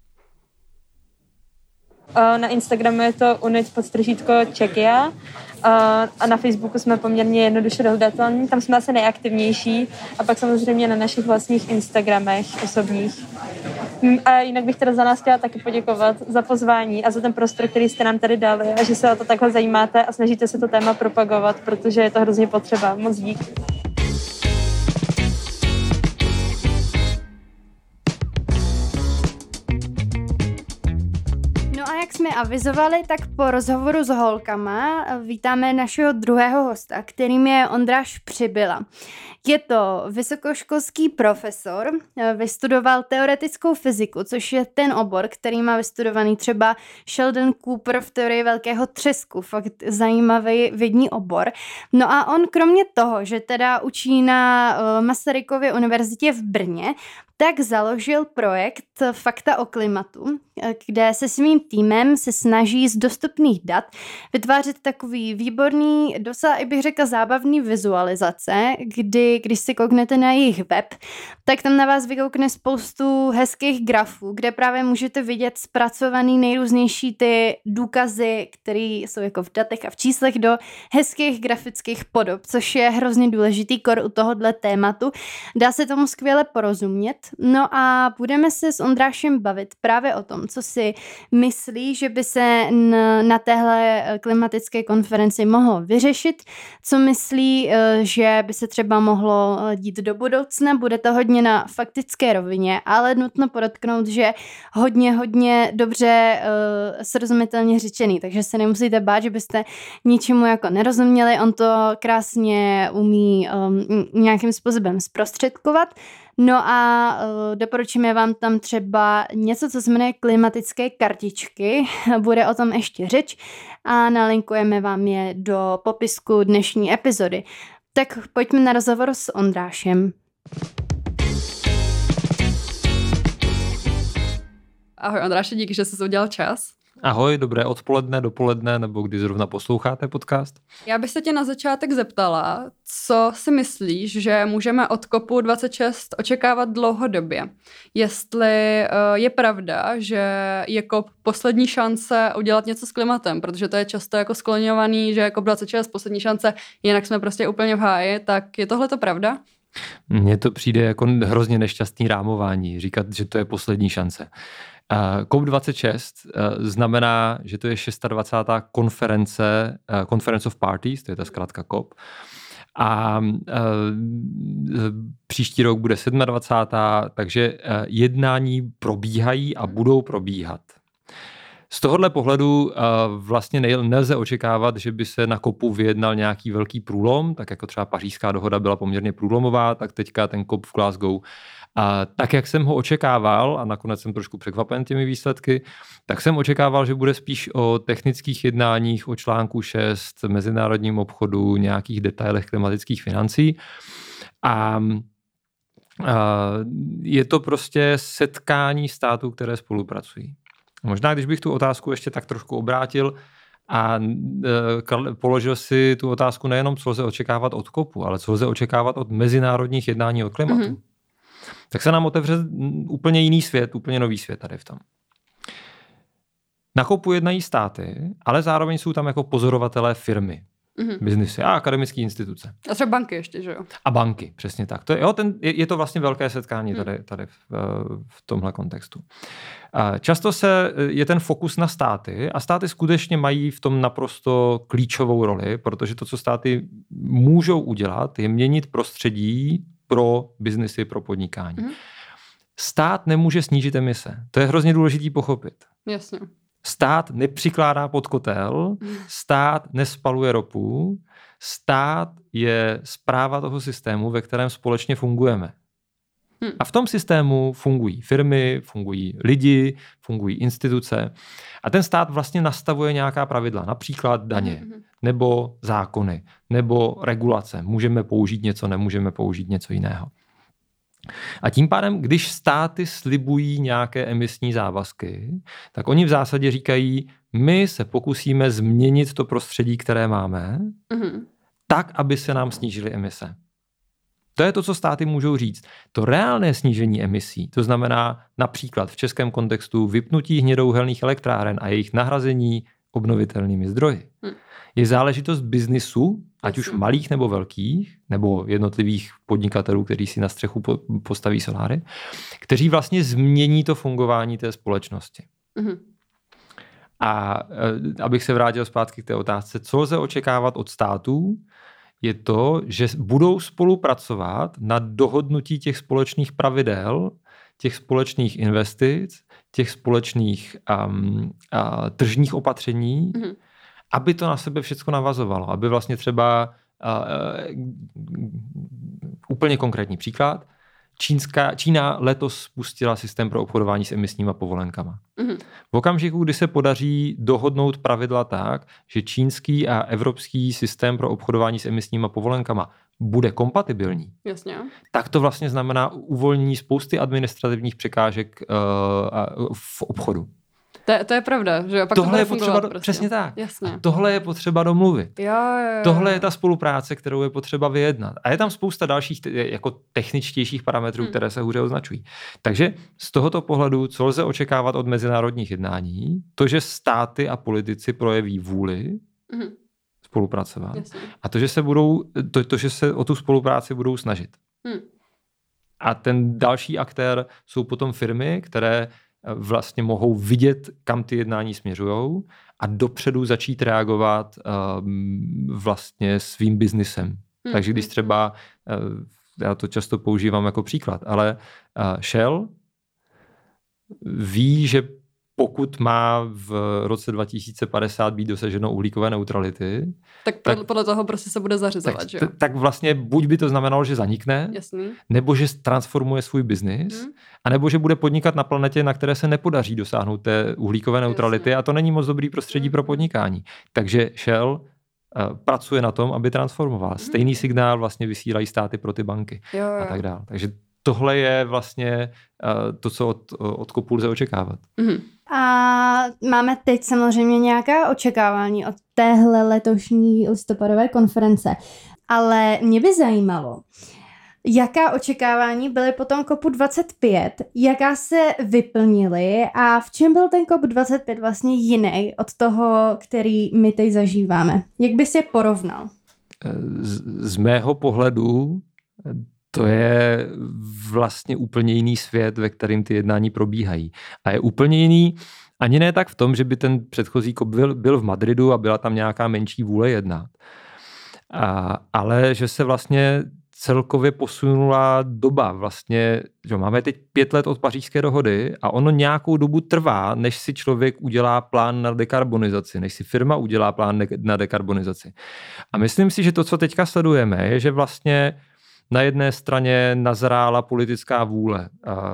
Na Instagramu je to unit_Czechia a na Facebooku jsme poměrně jednoduše dohledatelní. Tam jsme asi nejaktivnější a pak samozřejmě na našich vlastních Instagramech osobních. A jinak bych teda za nás chtěla taky poděkovat za pozvání a za ten prostor, který jste nám tady dali a že se o to takhle zajímáte a snažíte se to téma propagovat, protože je to hrozně potřeba. Moc dík. Jak jsme avizovali, tak po rozhovoru s holkama vítáme našeho druhého hosta, kterým je Ondráš Přibyla. Je to vysokoškolský profesor, vystudoval teoretickou fyziku, což je ten obor, který má vystudovaný třeba Sheldon Cooper v teorii velkého třesku, fakt zajímavý vědní obor. No a on kromě toho, že teda učí na Masarykově univerzitě v Brně, tak založil projekt Fakta o klimatu, kde se svým týmem se snaží z dostupných dat vytvářet takový výborný, docela i bych řekla zábavný vizualizace, když si kouknete na jejich web, tak tam na vás vykoukne spoustu hezkých grafů, kde právě můžete vidět zpracovaný nejrůznější ty důkazy, které jsou jako v datech a v číslech do hezkých grafických podob, což je hrozně důležitý u tohohle tématu. Dá se tomu skvěle porozumět. No a budeme se s Ondrášem bavit právě o tom, co si myslí, že by se na téhle klimatické konferenci mohlo vyřešit, co myslí, že by se třeba mohlo dít do budoucna. Bude to hodně na faktické rovině, ale nutno podotknout, že hodně dobře srozumitelně řečený, takže se nemusíte bát, že byste ničemu jako nerozuměli. On to krásně umí nějakým způsobem zprostředkovat. No a doporučíme vám tam třeba něco, co se jmenuje klimatické kartičky. Bude o tom ještě řeč a nalinkujeme vám je do popisku dnešní epizody. Tak pojďme na rozhovor s Ondrášem. Ahoj Ondráši, díky, že jsi udělal čas. Ahoj, dobré odpoledne, dopoledne, nebo kdy zrovna posloucháte podcast. Já bych se tě na začátek zeptala, co si myslíš, že můžeme od COPu 26 očekávat dlouhodobě. Jestli je pravda, že je COP poslední šance udělat něco s klimatem, protože to je často jako skloňovaný, že COP 26 poslední šance, jinak jsme prostě úplně v háji, tak je tohle to pravda? Mně to přijde jako hrozně nešťastný rámování, říkat, že to je poslední šance. COP26 znamená, že to je 26. Conference of Parties, to je ta zkrátka COP. A příští rok bude 27. Takže jednání probíhají a budou probíhat. Z tohohle pohledu vlastně nelze očekávat, že by se na COPu vyjednal nějaký velký průlom, tak jako třeba Pařížská dohoda byla poměrně průlomová, tak teďka ten COP v Glasgow. A tak, jak jsem ho očekával, a nakonec jsem trošku překvapen těmi výsledky, tak jsem očekával, že bude spíš o technických jednáních, o článku 6, mezinárodním obchodu, nějakých detailech klimatických financí. A je to prostě setkání států, které spolupracují. Možná, když bych tu otázku ještě tak trošku obrátil, A položil si tu otázku nejenom, co lze očekávat od COPu, ale co lze očekávat od mezinárodních jednání o klimatu. Tak se nám otevře úplně jiný svět, úplně nový svět tady v tom. Na COPu jednají státy, ale zároveň jsou tam jako pozorovatelé firmy, biznesy a akademické instituce. A třeba banky ještě, že jo? A banky, přesně tak. Je to vlastně velké setkání tady v tomhle kontextu. Často je ten fokus na státy a státy skutečně mají v tom naprosto klíčovou roli, protože to, co státy můžou udělat, je měnit prostředí pro biznesy, pro podnikání. Stát nemůže snížit emise. To je hrozně důležitý pochopit. Jasně. Stát nepřikládá pod kotel, stát nespaluje ropu, stát je správa toho systému, ve kterém společně fungujeme. A v tom systému fungují firmy, fungují lidi, fungují instituce a ten stát vlastně nastavuje nějaká pravidla, například daně, nebo zákony, nebo regulace. Můžeme použít něco, nemůžeme použít něco jiného. A tím pádem, když státy slibují nějaké emisní závazky, tak oni v zásadě říkají, my se pokusíme změnit to prostředí, které máme, tak, aby se nám snížily emise. To je to, co státy můžou říct. To reálné snížení emisí, to znamená například v českém kontextu vypnutí hnědouhelných elektráren a jejich nahrazení obnovitelnými zdroji, je záležitost biznisu, ať už malých nebo velkých, nebo jednotlivých podnikatelů, kteří si na střechu postaví soláry, kteří vlastně změní to fungování té společnosti. A abych se vrátil zpátky k té otázce, co lze očekávat od států, je to, že budou spolupracovat na dohodnutí těch společných pravidel, těch společných investic, těch společných tržních opatření, aby to na sebe všechno navazovalo. Aby vlastně třeba úplně konkrétní příklad, Čína letos spustila systém pro obchodování s emisníma povolenkama. V okamžiku, kdy se podaří dohodnout pravidla tak, že čínský a evropský systém pro obchodování s emisníma povolenkama bude kompatibilní, tak to vlastně znamená uvolnění spousty administrativních překážek v obchodu. To je pravda, že jo? Pak tohle to je potřeba, prostě. přesně tak. Jasně. Tohle je potřeba domluvit. Jo. Tohle je ta spolupráce, kterou je potřeba vyjednat. A je tam spousta dalších jako techničtějších parametrů, které se hůře označují. Takže z tohoto pohledu, co lze očekávat od mezinárodních jednání, to, že státy a politici projeví vůli spolupracovat. Jasně. A to, že se o tu spolupráci budou snažit. A ten další aktér jsou potom firmy, které vlastně mohou vidět, kam ty jednání směřujou a dopředu začít reagovat vlastně svým biznisem. Takže když třeba, já to často používám jako příklad, ale Shell ví, že pokud má v roce 2050 být dosaženo uhlíkové neutrality, tak podle toho prostě se bude zařizovat, že jo? Tak vlastně buď by to znamenalo, že zanikne, nebo že transformuje svůj biznis, anebo že bude podnikat na planetě, na které se nepodaří dosáhnout té uhlíkové neutrality a to není moc dobrý prostředí pro podnikání. Takže Shell pracuje na tom, aby transformoval. Stejný signál vlastně vysílají státy pro ty banky a tak dále. Takže tohle je vlastně to, co od COPu lze očekávat. A máme teď samozřejmě nějaká očekávání od téhle letošní listopadové konference. Ale mě by zajímalo, jaká očekávání byly po tom COP25, jaká se vyplnily a v čem byl ten COP25 vlastně jiný od toho, který my teď zažíváme? Jak bys je porovnal? Z mého pohledu to je vlastně úplně jiný svět, ve kterém ty jednání probíhají. A je úplně jiný ani ne tak v tom, že by ten předchozí COP byl v Madridu a byla tam nějaká menší vůle jednat. Ale že se vlastně celkově posunula doba. Vlastně, že máme teď 5 let od Pařížské dohody a ono nějakou dobu trvá, než si člověk udělá plán na dekarbonizaci, než si firma udělá plán na dekarbonizaci. A myslím si, že to, co teďka sledujeme, je, že vlastně na jedné straně nazrála politická vůle.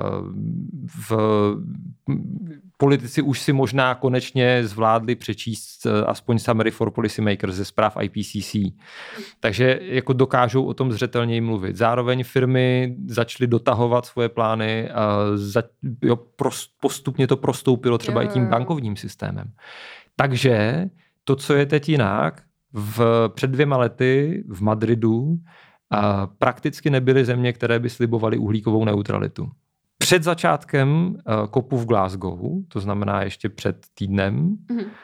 Politici už si možná konečně zvládli přečíst aspoň Summary for Policymakers ze zpráv IPCC. Takže jako dokážou o tom zřetelněji mluvit. Zároveň firmy začaly dotahovat svoje plány, postupně to prostoupilo třeba i tím bankovním systémem. Takže to, co je teď jinak, před 2 lety v Madridu prakticky nebyly země, které by slibovaly uhlíkovou neutralitu. Před začátkem kopu v Glasgow, to znamená ještě před týdnem,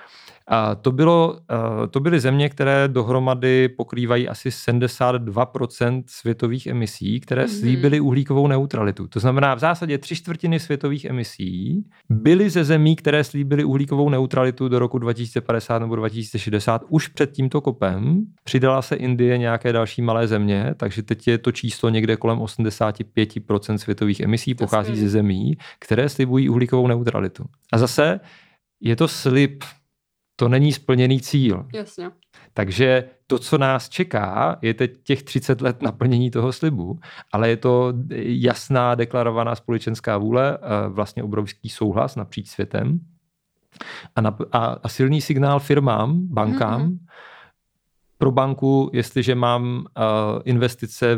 to byly země, které dohromady pokrývají asi 72% světových emisí, které slíbily uhlíkovou neutralitu. To znamená v zásadě 3/4 světových emisí byly ze zemí, které slíbily uhlíkovou neutralitu do roku 2050 nebo 2060 už před tímto kopem. Přidala se Indie, nějaké další malé země, takže teď je to číslo někde kolem 85% světových emisí pochází ze zemí, které slibují uhlíkovou neutralitu. A zase je to slib, to není splněný cíl. Jasně. Takže to, co nás čeká, je teď těch 30 let naplnění toho slibu, ale je to jasná deklarovaná společenská vůle, vlastně obrovský souhlas napříč světem a silný signál firmám, bankám. Pro banku, jestliže mám investice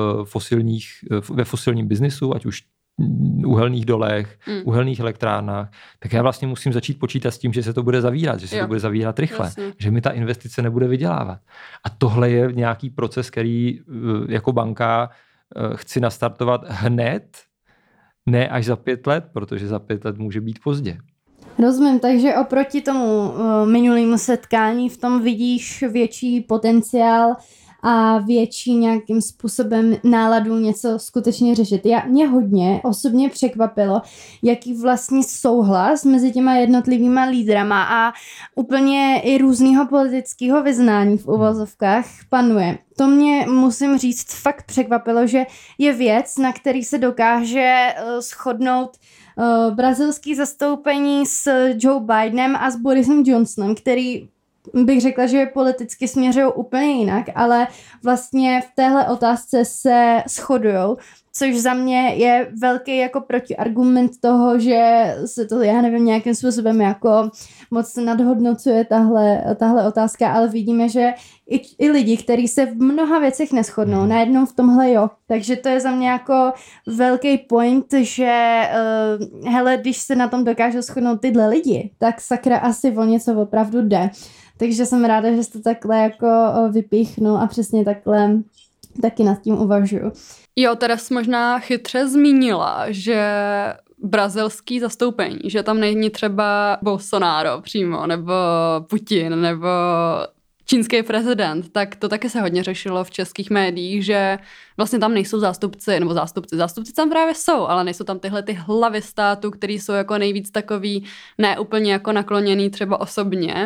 ve fosilním biznisu, ať už uhelných dolech, uhelných elektrárnách, tak já vlastně musím začít počítat s tím, že se to bude zavírat, že se to bude zavírat rychle, jasně, že mi ta investice nebude vydělávat. A tohle je nějaký proces, který jako banka chci nastartovat hned, ne až za 5 let, protože za 5 let může být pozdě. Rozumím, takže oproti tomu minulému setkání v tom vidíš větší potenciál a větší nějakým způsobem náladu něco skutečně řešit. Mě hodně osobně překvapilo, jaký vlastně souhlas mezi těma jednotlivýma lídrama a úplně i různýho politického vyznání v uvozovkách panuje. To mě, musím říct, fakt překvapilo, že je věc, na který se dokáže shodnout brazilský zastoupení s Joe Bidenem a s Borisem Johnsonem, který bych řekla, že politicky směřují úplně jinak, ale vlastně v téhle otázce se shodujou, což za mě je velký jako protiargument toho, že se to, já nevím, nějakým způsobem jako moc nadhodnocuje tahle otázka, ale vidíme, že i lidi, kteří se v mnoha věcech neshodnou, najednou v tomhle jo. Takže to je za mě jako velký point, že hele, když se na tom dokážou shodnout tyhle lidi, tak sakra asi o něco opravdu jde. Takže jsem ráda, že jsi to takhle jako vypíchnul a přesně takhle taky nad tím uvažuju. Jo, teda jsi možná chytře zmínila, že brazilský zastoupení, že tam není třeba Bolsonaro přímo, nebo Putin, nebo čínský prezident, tak to taky se hodně řešilo v českých médiích, že vlastně tam nejsou zástupci tam právě jsou, ale nejsou tam tyhle ty hlavy státu, který jsou jako nejvíc takový, ne úplně jako nakloněný třeba osobně,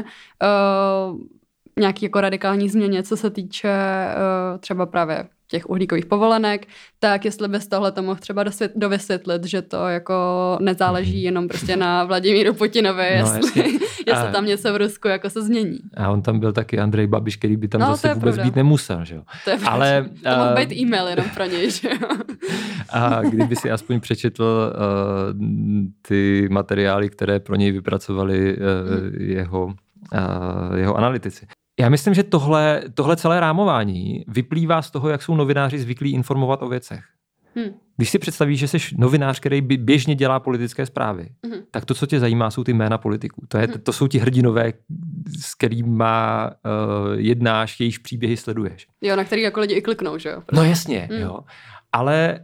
nějaký jako radikální změně, co se týče třeba právě těch uhlíkových povolenek, tak jestli bys tohle to mohl třeba dovysvětlit, že to jako nezáleží jenom prostě na Vladimíru Putinovi, jestli tam něco v Rusku jako se změní. A on tam byl taky Andrej Babiš, který by tam zase vůbec být nemusel, že jo. Ale to mohl být e-mail jenom pro něj, že jo. A kdyby si aspoň přečetl ty materiály, které pro něj vypracovali jeho analytici. Já myslím, že tohle celé rámování vyplývá z toho, jak jsou novináři zvyklí informovat o věcech. Když si představíš, že jsi novinář, který běžně dělá politické zprávy, tak to, co tě zajímá, jsou ty jména politiků. To jsou ti hrdinové, s kterými jednáš, jejichž příběhy sleduješ. Jo, na který jako lidi i kliknou, že jo? No jasně, jo. Ale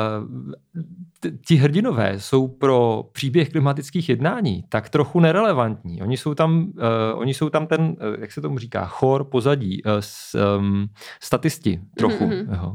ti hrdinové jsou pro příběh klimatických jednání tak trochu nerelevantní. Oni jsou tam ten, jak se tomu říká, chor pozadí, statisti trochu. Jo.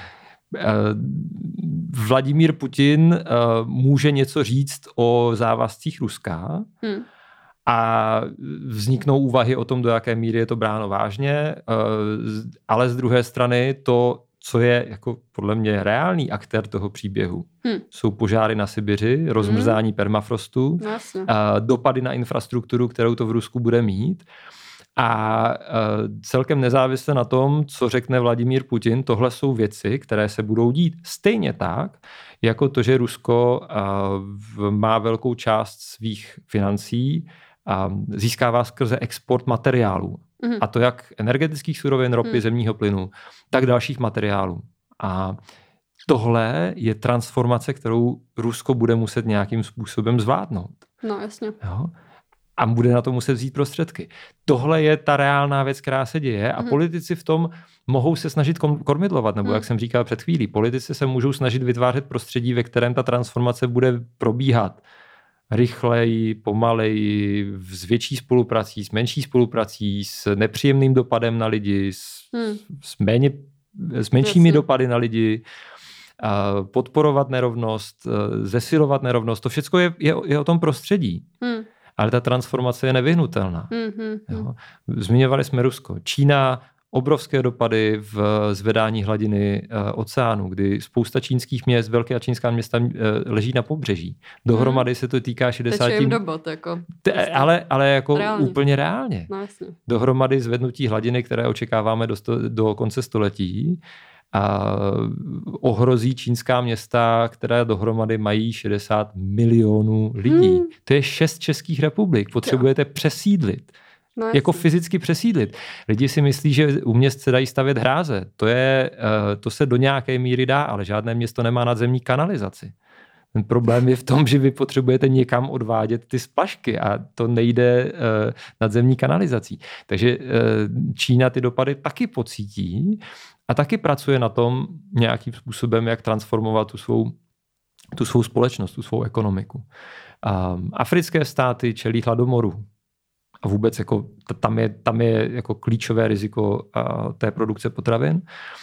Vladimír Putin může něco říct o závazcích Ruska a vzniknou úvahy o tom, do jaké míry je to bráno vážně, ale z druhé strany to, co je jako podle mě reálný aktér toho příběhu, jsou požáry na Sibiři, rozmrzání permafrostu, dopady na infrastrukturu, kterou to v Rusku bude mít. A celkem nezávisle na tom, co řekne Vladimír Putin, tohle jsou věci, které se budou dít stejně tak, jako to, že Rusko má velkou část svých financí a získává skrze export materiálů. A to jak energetických surovin, ropy, zemního plynu, tak dalších materiálů. A tohle je transformace, kterou Rusko bude muset nějakým způsobem zvládnout. No, jasně. Jo? a bude na to muset vzít prostředky. Tohle je ta reálná věc, která se děje a politici v tom mohou se snažit kormidlovat, nebo jak jsem říkal před chvílí, politici se můžou snažit vytvářet prostředí, ve kterém ta transformace bude probíhat rychleji, pomaleji, s větší spoluprací, s menší spoluprací, s nepříjemným dopadem na lidi, s menšími dopady na lidi, podporovat nerovnost, zesilovat nerovnost. To všechno je o tom prostředí. Ale ta transformace je nevyhnutelná. Jo. Zmiňovali jsme Rusko. Čína, obrovské dopady v zvedání hladiny oceánu, kdy spousta čínských měst, velké čínská města leží na pobřeží. Dohromady se to týká 60... Teče jim do bod, jako. Ale jako reálně. Úplně reálně. No, jasně. Dohromady zvednutí hladiny, které očekáváme do konce století, a ohrozí čínská města, které dohromady mají 60 milionů lidí. To je 6 českých republik. Potřebujete přesídlit. No, jako fyzicky přesídlit. Lidi si myslí, že u měst se dají stavět hráze. To se do nějaké míry dá, ale žádné město nemá nadzemní kanalizaci. Ten problém je v tom, že vy potřebujete někam odvádět ty splašky a to nejde nadzemní kanalizací. Takže Čína ty dopady taky pocítí a taky pracuje na tom nějakým způsobem, jak transformovat tu svou společnost, tu svou ekonomiku. Africké státy čelí hladomoru. A vůbec jako, tam je jako klíčové riziko té produkce potravin.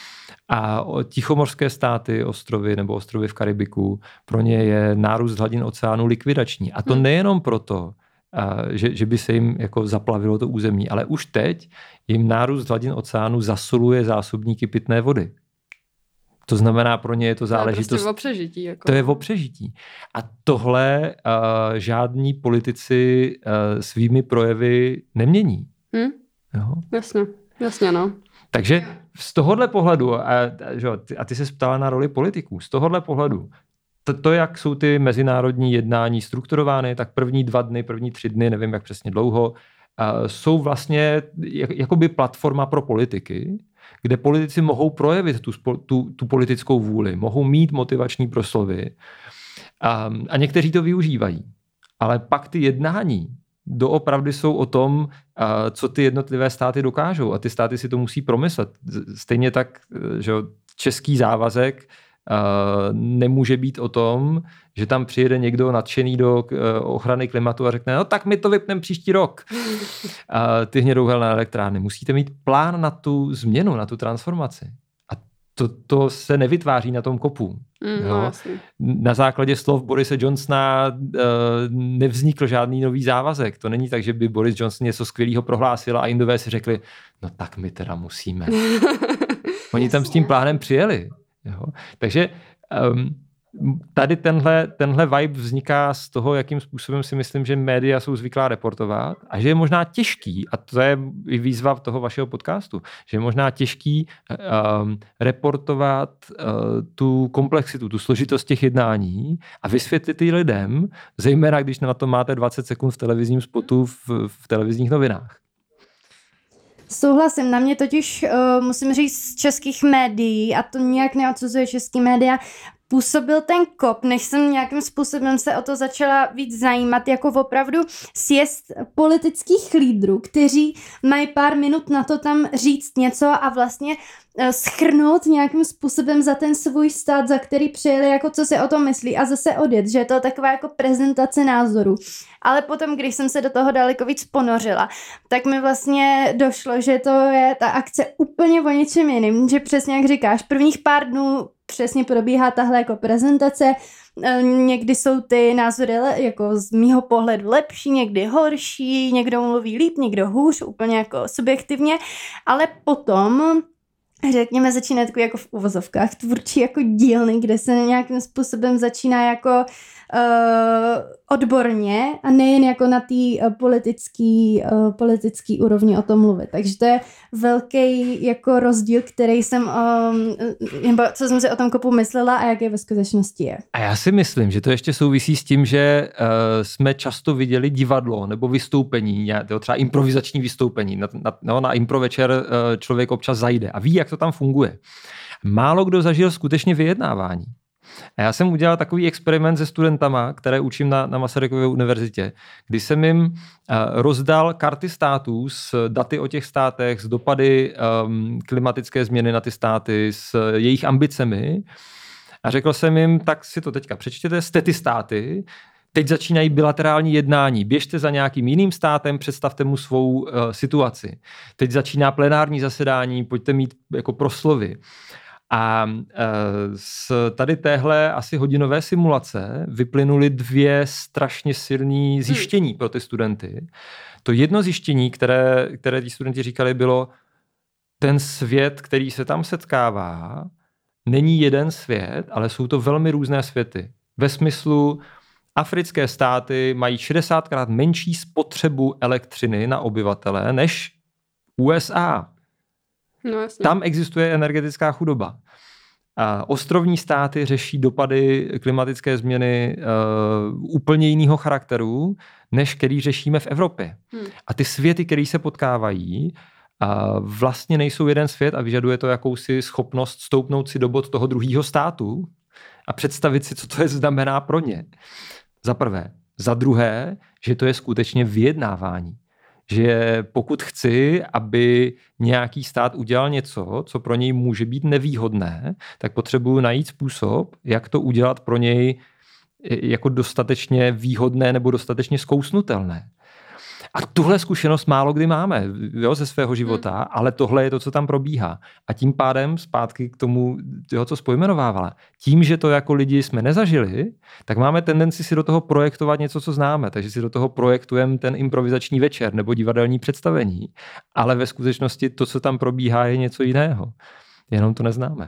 A tichomorské státy, ostrovy nebo ostrovy v Karibiku, pro ně je nárůst hladin oceánu likvidační. A to nejenom proto, že by se jim jako zaplavilo to území, ale už teď jim nárůst hladin oceánu zasoluje zásobníky pitné vody. To znamená, pro ně je to záležitost... To je prostě o přežití. Jako. To je o přežití. A tohle žádní politici svými projevy nemění. Jo? Jasně, no. Takže z tohohle pohledu, a ty se ptala na roli politiků, z tohohle pohledu, to, jak jsou ty mezinárodní jednání strukturovány, tak první 2 dny, první 3 dny, nevím jak přesně dlouho, jsou vlastně jakoby platforma pro politiky, kde politici mohou projevit tu politickou vůli, mohou mít motivační proslovy a někteří to využívají. Ale pak ty jednání doopravdy jsou o tom, co ty jednotlivé státy dokážou a ty státy si to musí promyslet. Stejně tak, že český závazek nemůže být o tom, že tam přijede někdo nadšený do ochrany klimatu a řekne, no tak my to vypneme příští rok. Ty hnědouhelné elektrárny. Musíte mít plán na tu změnu, na tu transformaci. A to se nevytváří na tom kopu. No, na základě slov Borise Johnsona nevznikl žádný nový závazek. To není tak, že by Boris Johnson něco skvělého prohlásil a Indové si řekli, no tak my teda musíme. Oni tam s tím plánem přijeli. Jo? Takže tady tenhle vibe vzniká z toho, jakým způsobem si myslím, že média jsou zvyklá reportovat a že je možná těžký, a to je i výzva toho vašeho podcastu, že je možná těžký reportovat tu komplexitu, tu složitost těch jednání a vysvětlit i lidem, zejména když na to máte 20 sekund v televizním spotu v televizních novinách. Souhlasím, na mě totiž, musím říct, z českých médií, a to nějak neodsuzuje český média, působil ten COP, než jsem nějakým způsobem se o to začala víc zajímat, jako opravdu sjezd politických lídrů, kteří mají pár minut na to tam říct něco a vlastně shrnout nějakým způsobem za ten svůj stát, za který přijeli, jako co si o tom myslí a zase odjet, že je to taková jako prezentace názorů. Ale potom, když jsem se do toho daleko víc ponořila, tak mi vlastně došlo, že to je ta akce úplně o něčem jiným, že přesně jak říkáš, prvních pár dnů přesně probíhá tahle jako prezentace, někdy jsou ty názory jako z mýho pohledu lepší, někdy horší, někdo mluví líp, někdo hůř, úplně jako subjektivně, ale potom řekněme začíná takový jako v uvozovkách tvůrčí jako dílny, kde se nějakým způsobem začíná jako odborně a nejen jako na té politický úrovni o tom mluvit. Takže to je velký jako rozdíl, který jsem, nebo co jsem si o tom COPu myslela a jaké ve skutečnosti je. A já si myslím, že to ještě souvisí s tím, že jsme často viděli divadlo nebo vystoupení, třeba improvizační vystoupení. Na improvečer člověk občas zajde a ví, jak to tam funguje. Málo kdo zažil skutečně vyjednávání. A já jsem udělal takový experiment se studentama, které učím na Masarykově univerzitě, kdy jsem jim rozdal karty států s daty o těch státech, s dopady klimatické změny na ty státy, s jejich ambicemi. A řekl jsem jim, tak si to teďka přečtěte, jste ty státy, teď začínají bilaterální jednání, běžte za nějakým jiným státem, představte mu svou situaci. Teď začíná plenární zasedání, pojďte mít jako proslovy. A z tady téhle asi hodinové simulace vyplynuly 2 strašně silné zjištění pro ty studenty. To jedno zjištění, které ti studenti říkali, bylo, ten svět, který se tam setkává, není jeden svět, ale jsou to velmi různé světy. Ve smyslu, africké státy mají 60krát menší spotřebu elektřiny na obyvatele než USA. No, jasně. Tam existuje energetická chudoba. A ostrovní státy řeší dopady klimatické změny úplně jiného charakteru, než který řešíme v Evropě. A ty světy, které se potkávají, vlastně nejsou jeden svět a vyžaduje to jakousi schopnost stoupnout si do bod toho druhého státu a představit si, co to je znamená pro ně. Za prvé. Za druhé, že to je skutečně vyjednávání. Že pokud chci, aby nějaký stát udělal něco, co pro něj může být nevýhodné, tak potřebuji najít způsob, jak to udělat pro něj jako dostatečně výhodné nebo dostatečně zkousnutelné. A tuhle zkušenost málo kdy máme ze svého života, ale tohle je to, co tam probíhá. A tím pádem zpátky k tomu, co spojmenovávala. Tím, že to jako lidi jsme nezažili, tak máme tendenci si do toho projektovat něco, co známe. Takže si do toho projektujeme ten improvizační večer nebo divadelní představení. Ale ve skutečnosti to, co tam probíhá, je něco jiného. Jenom to neznáme.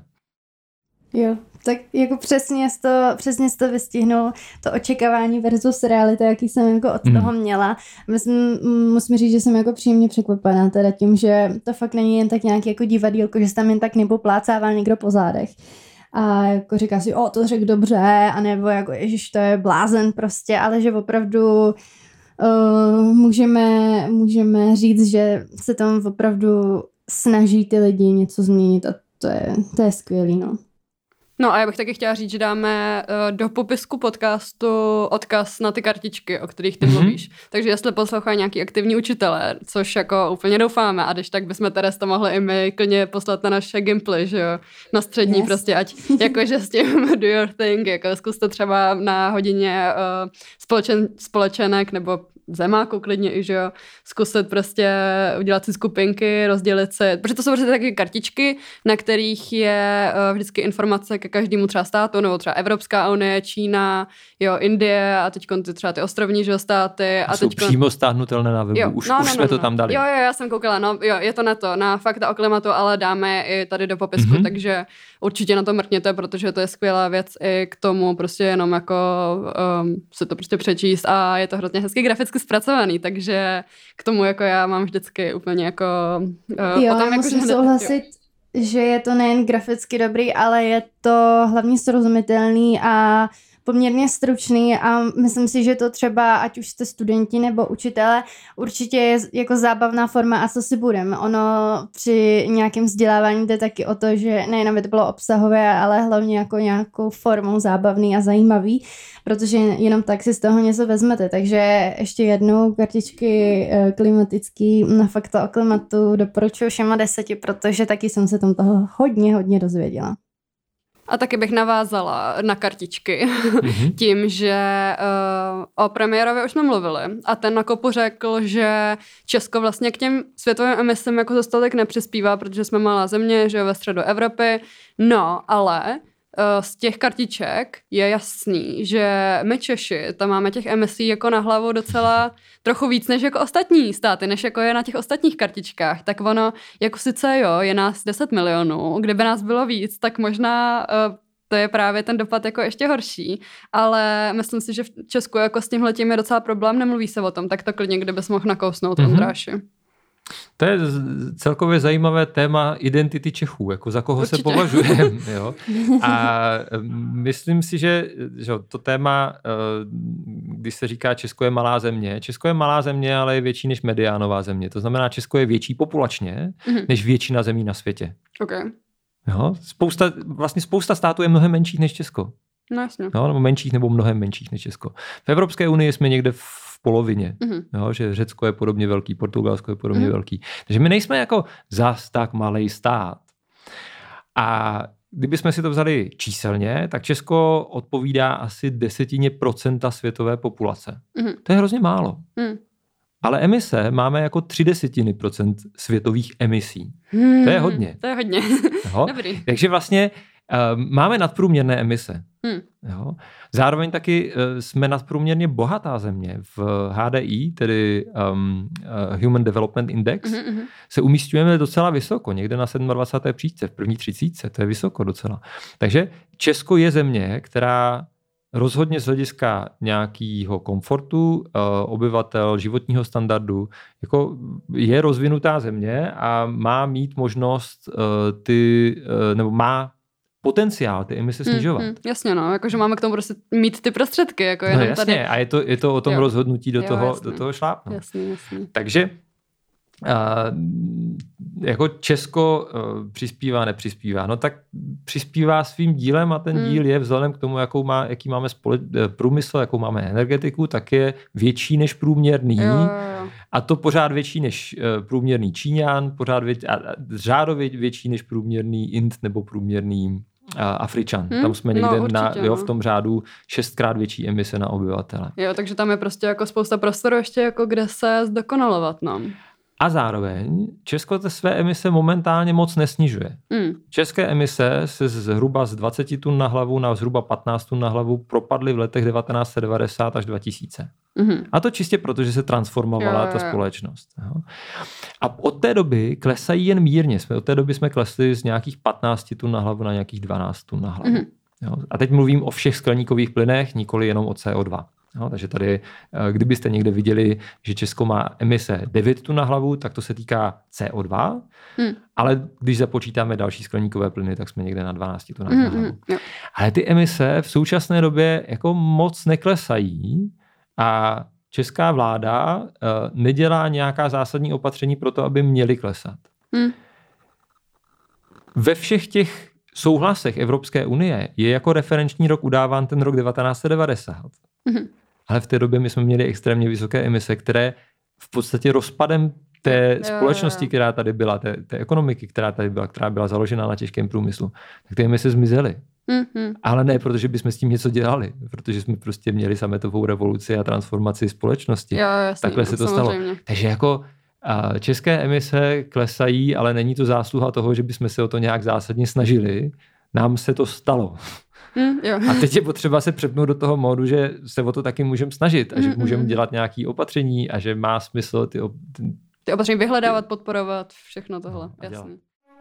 Jo, tak jako přesně to vystihnul, to očekávání versus realita, jaký jsem jako od toho měla. Musím říct, že jsem jako příjemně překvapená teda tím, že to fakt není jen tak nějaký jako divadýlko, že se tam jen tak nepoplácával někdo po zádech. A jako říká si, to řekl dobře, anebo jako ježiš, to je blázen prostě, ale že opravdu můžeme říct, že se tam opravdu snaží ty lidi něco změnit a to je skvělý, no. No a já bych taky chtěla říct, že dáme do popisku podcastu odkaz na ty kartičky, o kterých ty mluvíš. Takže jestli poslouchají nějaký aktivní učitelé, což jako úplně doufáme, a když tak bychom Teres to mohli i my klidně poslat na naše Gimply, že jo, na střední prostě, ať jakože s tím do your thing, jako zkuste třeba na hodině společenek nebo zemáku klidně i, že jo, zkusit prostě udělat si skupinky, rozdělit se, protože to jsou prostě taky kartičky, na kterých je vždycky informace ke každému třeba státu, nebo třeba Evropská unie, Čína, jo, Indie a teď třeba ty ostrovní, že jo, státy. A jsou přímo stáhnutelné na webu, už jsme to tam dali. Jo, já jsem koukala, je to na Fakta o klimatu, ale dáme i tady do popisku, takže určitě na to mrkněte, protože to je skvělá věc i k tomu prostě jenom jako se to prostě přečíst a je to hrozně hezky graficky zpracovaný, takže k tomu jako já mám vždycky úplně jako potom jako musím souhlasit, že je to nejen graficky dobrý, ale je to hlavně srozumitelný a poměrně stručný a myslím si, že to třeba, ať už jste studenti nebo učitelé, určitě je jako zábavná forma a co si budeme. Ono při nějakém vzdělávání jde taky o to, že nejen aby to bylo obsahové, ale hlavně jako nějakou formou zábavný a zajímavý, protože jenom tak si z toho něco vezmete. Takže ještě jednou kartičky klimatický na Fakta o klimatu doporučuji všema 10, protože taky jsem se tam toho hodně dozvěděla. A taky bych navázala na kartičky tím, že o premiérovi už jsme mluvili a ten na kopu řekl, že Česko vlastně k těm světovým emisím jako za tolik nepřispívá, protože jsme malá země, že jo, ve středu Evropy. No, ale z těch kartiček je jasný, že my Češi tam máme těch emisí jako na hlavu docela trochu víc než jako ostatní státy, než jako je na těch ostatních kartičkách. Tak ono, jako sice jo, je nás 10 milionů, kdyby nás bylo víc, tak možná to je právě ten dopad jako ještě horší, ale myslím si, že v Česku jako s tímhletím je docela problém, nemluví se o tom, tak to klidně, kdybys mohl nakousnout, Ondráši. To je celkově zajímavé téma identity Čechů, jako za koho určitě se považujeme. A myslím si, že to téma, když se říká Česko je malá země, ale je větší než mediánová země. To znamená, Česko je větší populačně, než většina zemí na světě. Okay. Jo? Spousta států je mnohem menších než Česko. No jasně. No, nebo menších, nebo mnohem menších než Česko. V Evropské unii jsme někde v polovině, jo, že Řecko je podobně velký, Portugalsko je podobně velký. Takže my nejsme jako zas tak malej stát. A kdybychom si to vzali číselně, tak Česko odpovídá asi 10% světové populace. To je hrozně málo. Ale emise máme jako 0,3% světových emisí. To je hodně. To je hodně. Dobrý. Takže vlastně máme nadprůměrné emise. Jo. Zároveň taky jsme nadprůměrně bohatá země. V HDI, tedy Human Development Index, se umístňujeme docela vysoko, někde na 27. příčce, v první 30, to je vysoko docela. Takže Česko je země, která rozhodně z hlediska nějakého komfortu obyvatel, životního standardu, jako je rozvinutá země a má mít možnost nebo má potenciál ty emise snižovat. Jasně, no, jakože máme k tomu prostě mít ty prostředky. Jako no jasně, tady... a je to o tom rozhodnutí do toho šlápnout. Jasně. Takže jako Česko nepřispívá. No tak přispívá svým dílem a ten díl je vzhledem k tomu, jaký máme průmysl, jakou máme energetiku, tak je větší než průměrný. Jo. A to pořád větší než průměrný Číňan, řádově větší než průměrný Ind nebo průměrný Afričan. Tam jsme někde v tom řádu 6krát větší emise na obyvatele. Jo, takže tam je prostě jako spousta prostoru ještě jako kde se zdokonalovat, no. A zároveň Česko své emise momentálně moc nesnižuje. České emise se zhruba z 20 tun na hlavu na zhruba 15 tun na hlavu propadly v letech 1990 až 2000. A to čistě proto, že se transformovala ta společnost. Jo. A od té doby klesají jen mírně. Od té doby jsme klesli z nějakých 15 tun na hlavu na nějakých 12 tun na hlavu. Jo. A teď mluvím o všech skleníkových plynech, nikoli jenom o CO2. No, takže tady, kdybyste někde viděli, že Česko má emise 9 tun na hlavu, tak to se týká CO2, ale když započítáme další skleníkové plyny, tak jsme někde na 12 tunách na hlavu. Ale ty emise v současné době jako moc neklesají a česká vláda nedělá nějaká zásadní opatření pro to, aby měly klesat. Ve všech těch souhlasech Evropské unie je jako referenční rok udáván ten rok 1990. Ale v té době my jsme měli extrémně vysoké emise, které v podstatě rozpadem té společnosti, která tady byla, té ekonomiky, která tady byla, která byla založena na těžkém průmyslu, tak ty emise zmizely. Ale ne, protože bychom s tím něco dělali, protože jsme prostě měli sametovou revoluci a transformaci společnosti. Takhle se to stalo. Takže jako české emise klesají, ale není to zásluha toho, že bychom se o to nějak zásadně snažili. Nám se to stalo. A teď je potřeba se přepnout do toho módu, že se o to taky můžeme snažit a že můžeme dělat nějaké opatření a že má smysl ty opatření vyhledávat, podporovat, všechno tohle. Jasný.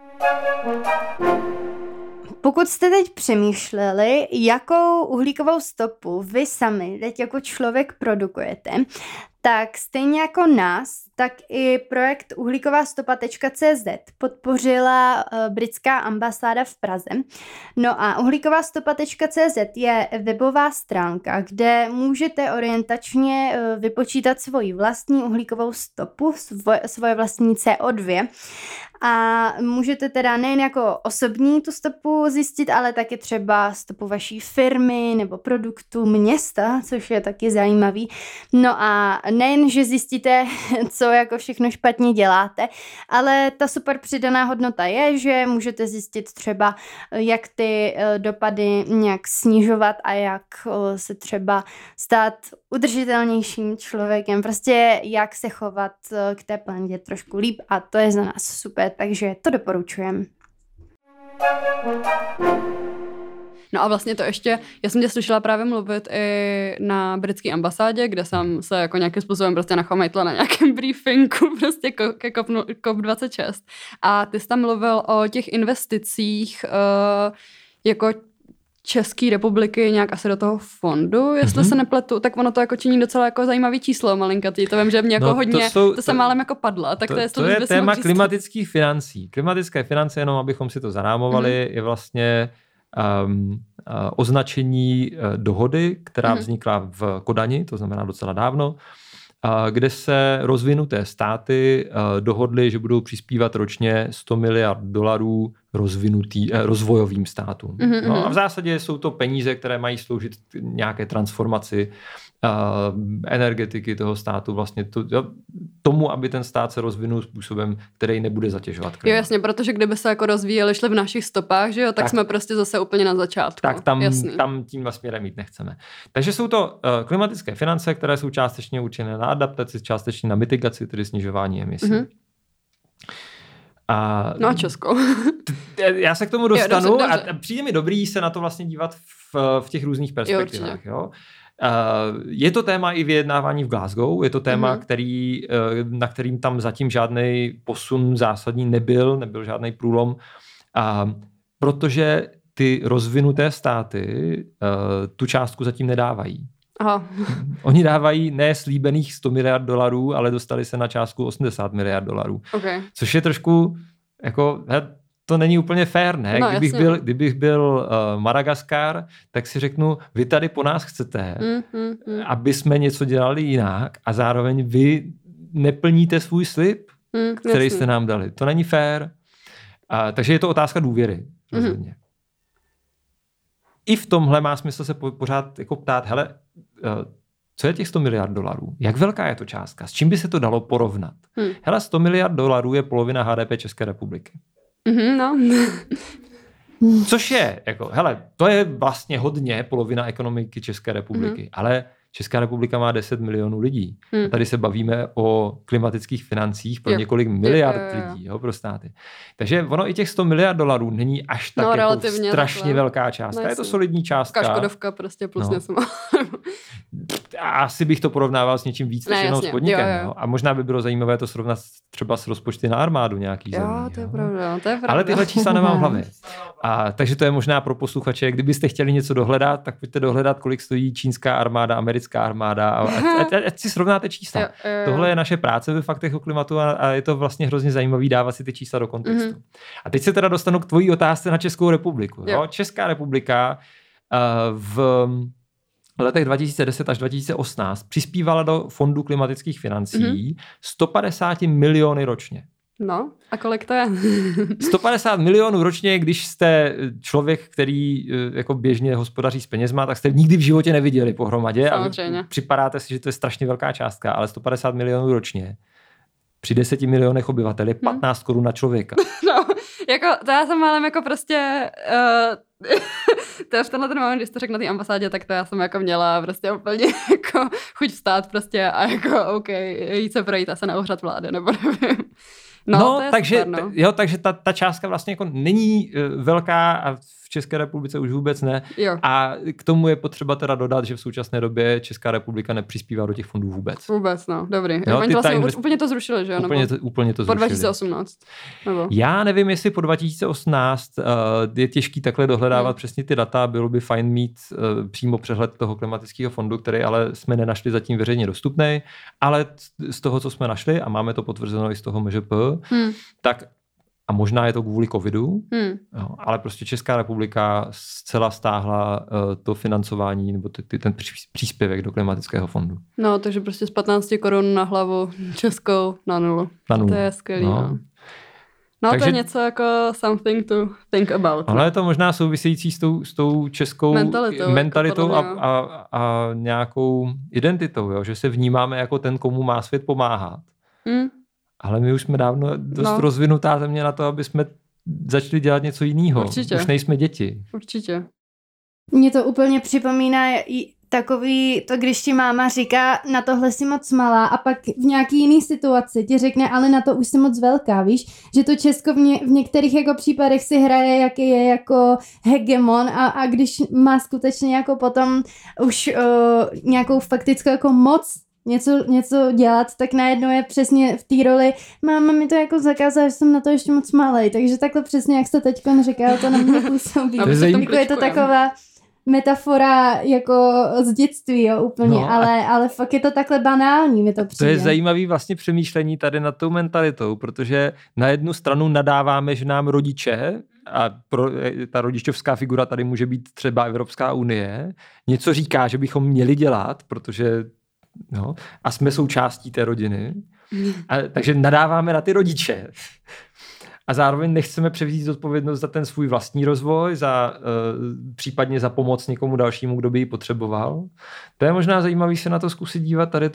Pokud jste teď přemýšleli, jakou uhlíkovou stopu vy sami teď jako člověk produkujete, tak stejně jako nás, tak i projekt uhlíkovastopa.cz podpořila britská ambasáda v Praze. No a uhlíkovastopa.cz je webová stránka, kde můžete orientačně vypočítat svoji vlastní uhlíkovou stopu, svoje vlastní CO2. A můžete teda nejen jako osobní tu stopu zjistit, ale taky třeba stopu vaší firmy nebo produktu města, což je taky zajímavý. No a nejen, že zjistíte, co jako všechno špatně děláte, ale ta super přidaná hodnota je, že můžete zjistit třeba, jak ty dopady nějak snižovat a jak se třeba stát udržitelnějším člověkem, prostě jak se chovat k té planetě trošku líp a to je za nás super, takže to doporučujem. No a vlastně to ještě, já jsem tě slyšela právě mluvit i na britské ambasádě, kde jsem se jako nějakým způsobem prostě nachomejtla na nějakém briefingu prostě ke COP26 a ty jsi tam mluvil o těch investicích jako České republiky nějak asi do toho fondu, jestli se nepletu, tak ono to jako činí docela jako zajímavý číslo malinkatý, to vím, že mě jako hodně, to jsem málem jako padla, tak to je téma klimatických financí. Klimatické finance, jenom abychom si to zarámovali, je vlastně označení dohody, která vznikla v Kodani, to znamená docela dávno, kde se rozvinuté státy dohodly, že budou přispívat ročně $100 miliard rozvojovým státům. No a v zásadě jsou to peníze, které mají sloužit nějaké transformaci energetiky toho státu, vlastně tomu, aby ten stát se rozvinul způsobem, který nebude zatěžovat klima. Jo, jasně, protože kdyby se jako rozvíjeli, šli v našich stopách, že jo, tak jsme prostě zase úplně na začátku. Tak tam tím směrem jít nechceme. Takže jsou to klimatické finance, které jsou částečně určené na adaptaci, částečně na mitigaci, tedy snižování emisí. No a Česko. Já se k tomu dostanu dobře. A přijde mi dobrý se na to vlastně dívat v těch různých perspektivách. Jo? Je to téma i vyjednávání v Glasgow, je to téma, na kterým tam zatím žádný posun zásadní nebyl žádný průlom, protože ty rozvinuté státy tu částku zatím nedávají. Aha. Oni dávají ne slíbených $100 miliard, ale dostali se na částku $80 miliard. Okay. Což je trošku jako... To není úplně fair, ne? No, kdybych byl Madagaskar, tak si řeknu, vy tady po nás chcete, aby jsme něco dělali jinak a zároveň vy neplníte svůj slib, který jste nám dali. To není fair. Takže je to otázka důvěry. Rozhodně. I v tomhle má smysl se pořád jako ptát, hele, co je těch $100 miliard? Jak velká je to částka? S čím by se to dalo porovnat? Hele, $100 miliard je polovina HDP České republiky. No. Což je, jako, hele, to je vlastně hodně polovina ekonomiky České republiky, ale Česká republika má 10 milionů lidí. A tady se bavíme o klimatických financích pro několik miliard lidí, jo, pro státy. Takže ono i těch $100 miliard není až tak jako strašně velká částka. No, je to solidní částka. Škodovka prostě plus něco. Asi bych to porovnával s něčím víc než jenom s podnikem. Jo. A možná by bylo zajímavé to srovnat třeba s rozpočty na armádu nějaký zemí. Jo, to je pravda. Ale tyhle čísla nemám v hlavě. Takže to je možná pro posluchače, kdybyste chtěli něco dohledat, tak pojďte dohledat, kolik stojí čínská armáda, americká armáda a ať si srovnáte čísla. Jo. Tohle je naše práce ve Faktech o klimatu a je to vlastně hrozně zajímavý dávat si ty čísla do kontextu. A teď se teda dostanu k tvojí otázce na Českou republiku. Jo? Česká republika v letech 2010 až 2018 přispívala do Fondu klimatických financí 150 miliony ročně. No, a kolik to je? 150 milionů ročně, když jste člověk, který jako běžně hospodaří s penězma, tak jste nikdy v životě neviděli pohromadě. Samozřejmě. A připadáte si, že to je strašně velká částka, ale 150 milionů ročně při 10 milionech obyvatel je 15 korun na člověka. No, jako to já jsem málem jako prostě... to je v tenhle ten moment, když to řekl na té ambasádě, tak to já jsem jako měla prostě úplně jako chuť vstát prostě a jako OK, jít se projít a se na úřad vlády, nebo nevím. No takže, super, no. Takže ta částka vlastně jako není velká a v České republice už vůbec ne. Jo. A k tomu je potřeba teda dodat, že v současné době Česká republika nepřispívá do těch fondů vůbec. Vůbec, no, dobrý. Jo, oni vlastně úplně to zrušili, že jo? Úplně to zrušili. Po 2018. Nebo? Já nevím, jestli po 2018 je těžký takhle dohledávat přesně ty data, bylo by fajn mít přímo přehled toho klimatického fondu, který ale jsme nenašli zatím veřejně dostupný, ale z toho, co jsme našli, a máme to potvrzeno i z toho MŽP, tak a možná je to kvůli covidu, ale prostě Česká republika zcela stáhla to financování nebo ten příspěvek do klimatického fondu. No, takže prostě z 15 korun na hlavu českou na nulu. To je skvělý. No takže, to je něco jako something to think about. Ale je to možná související s tou českou mentalitou jako a nějakou identitou, jo? Že se vnímáme jako ten, komu má svět pomáhat. Ale my už jsme dávno dost rozvinutá země na to, aby jsme začali dělat něco jiného. Určitě. Už nejsme děti. Určitě. Mně to úplně připomíná i takový, to když ti máma říká, na tohle jsi moc malá a pak v nějaký jiný situaci ti řekne, ale na to už jsi moc velká, víš? Že to Česko v některých jako případech si hraje, jaký je jako hegemon a když má skutečně jako potom už nějakou faktickou jako moc něco dělat, tak najednou je přesně v té roli, máma mi to jako zakázala, že jsem na to ještě moc malej, takže takhle přesně, jak jste teďko říkal, to na mě působí. Je to taková metafora jako z dětství, jo, úplně, ale fakt je to takhle banální, mi to přijde. To je zajímavý vlastně přemýšlení tady nad tou mentalitou, protože na jednu stranu nadáváme, že nám rodiče, a ta rodičovská figura tady může být třeba Evropská unie, něco říká, že bychom měli dělat, protože No, a jsme součástí té rodiny. Takže nadáváme na ty rodiče. A zároveň nechceme převzít zodpovědnost za ten svůj vlastní rozvoj, případně za pomoc někomu dalšímu, kdo by ji potřeboval. To je možná zajímavé se na to zkusit dívat tady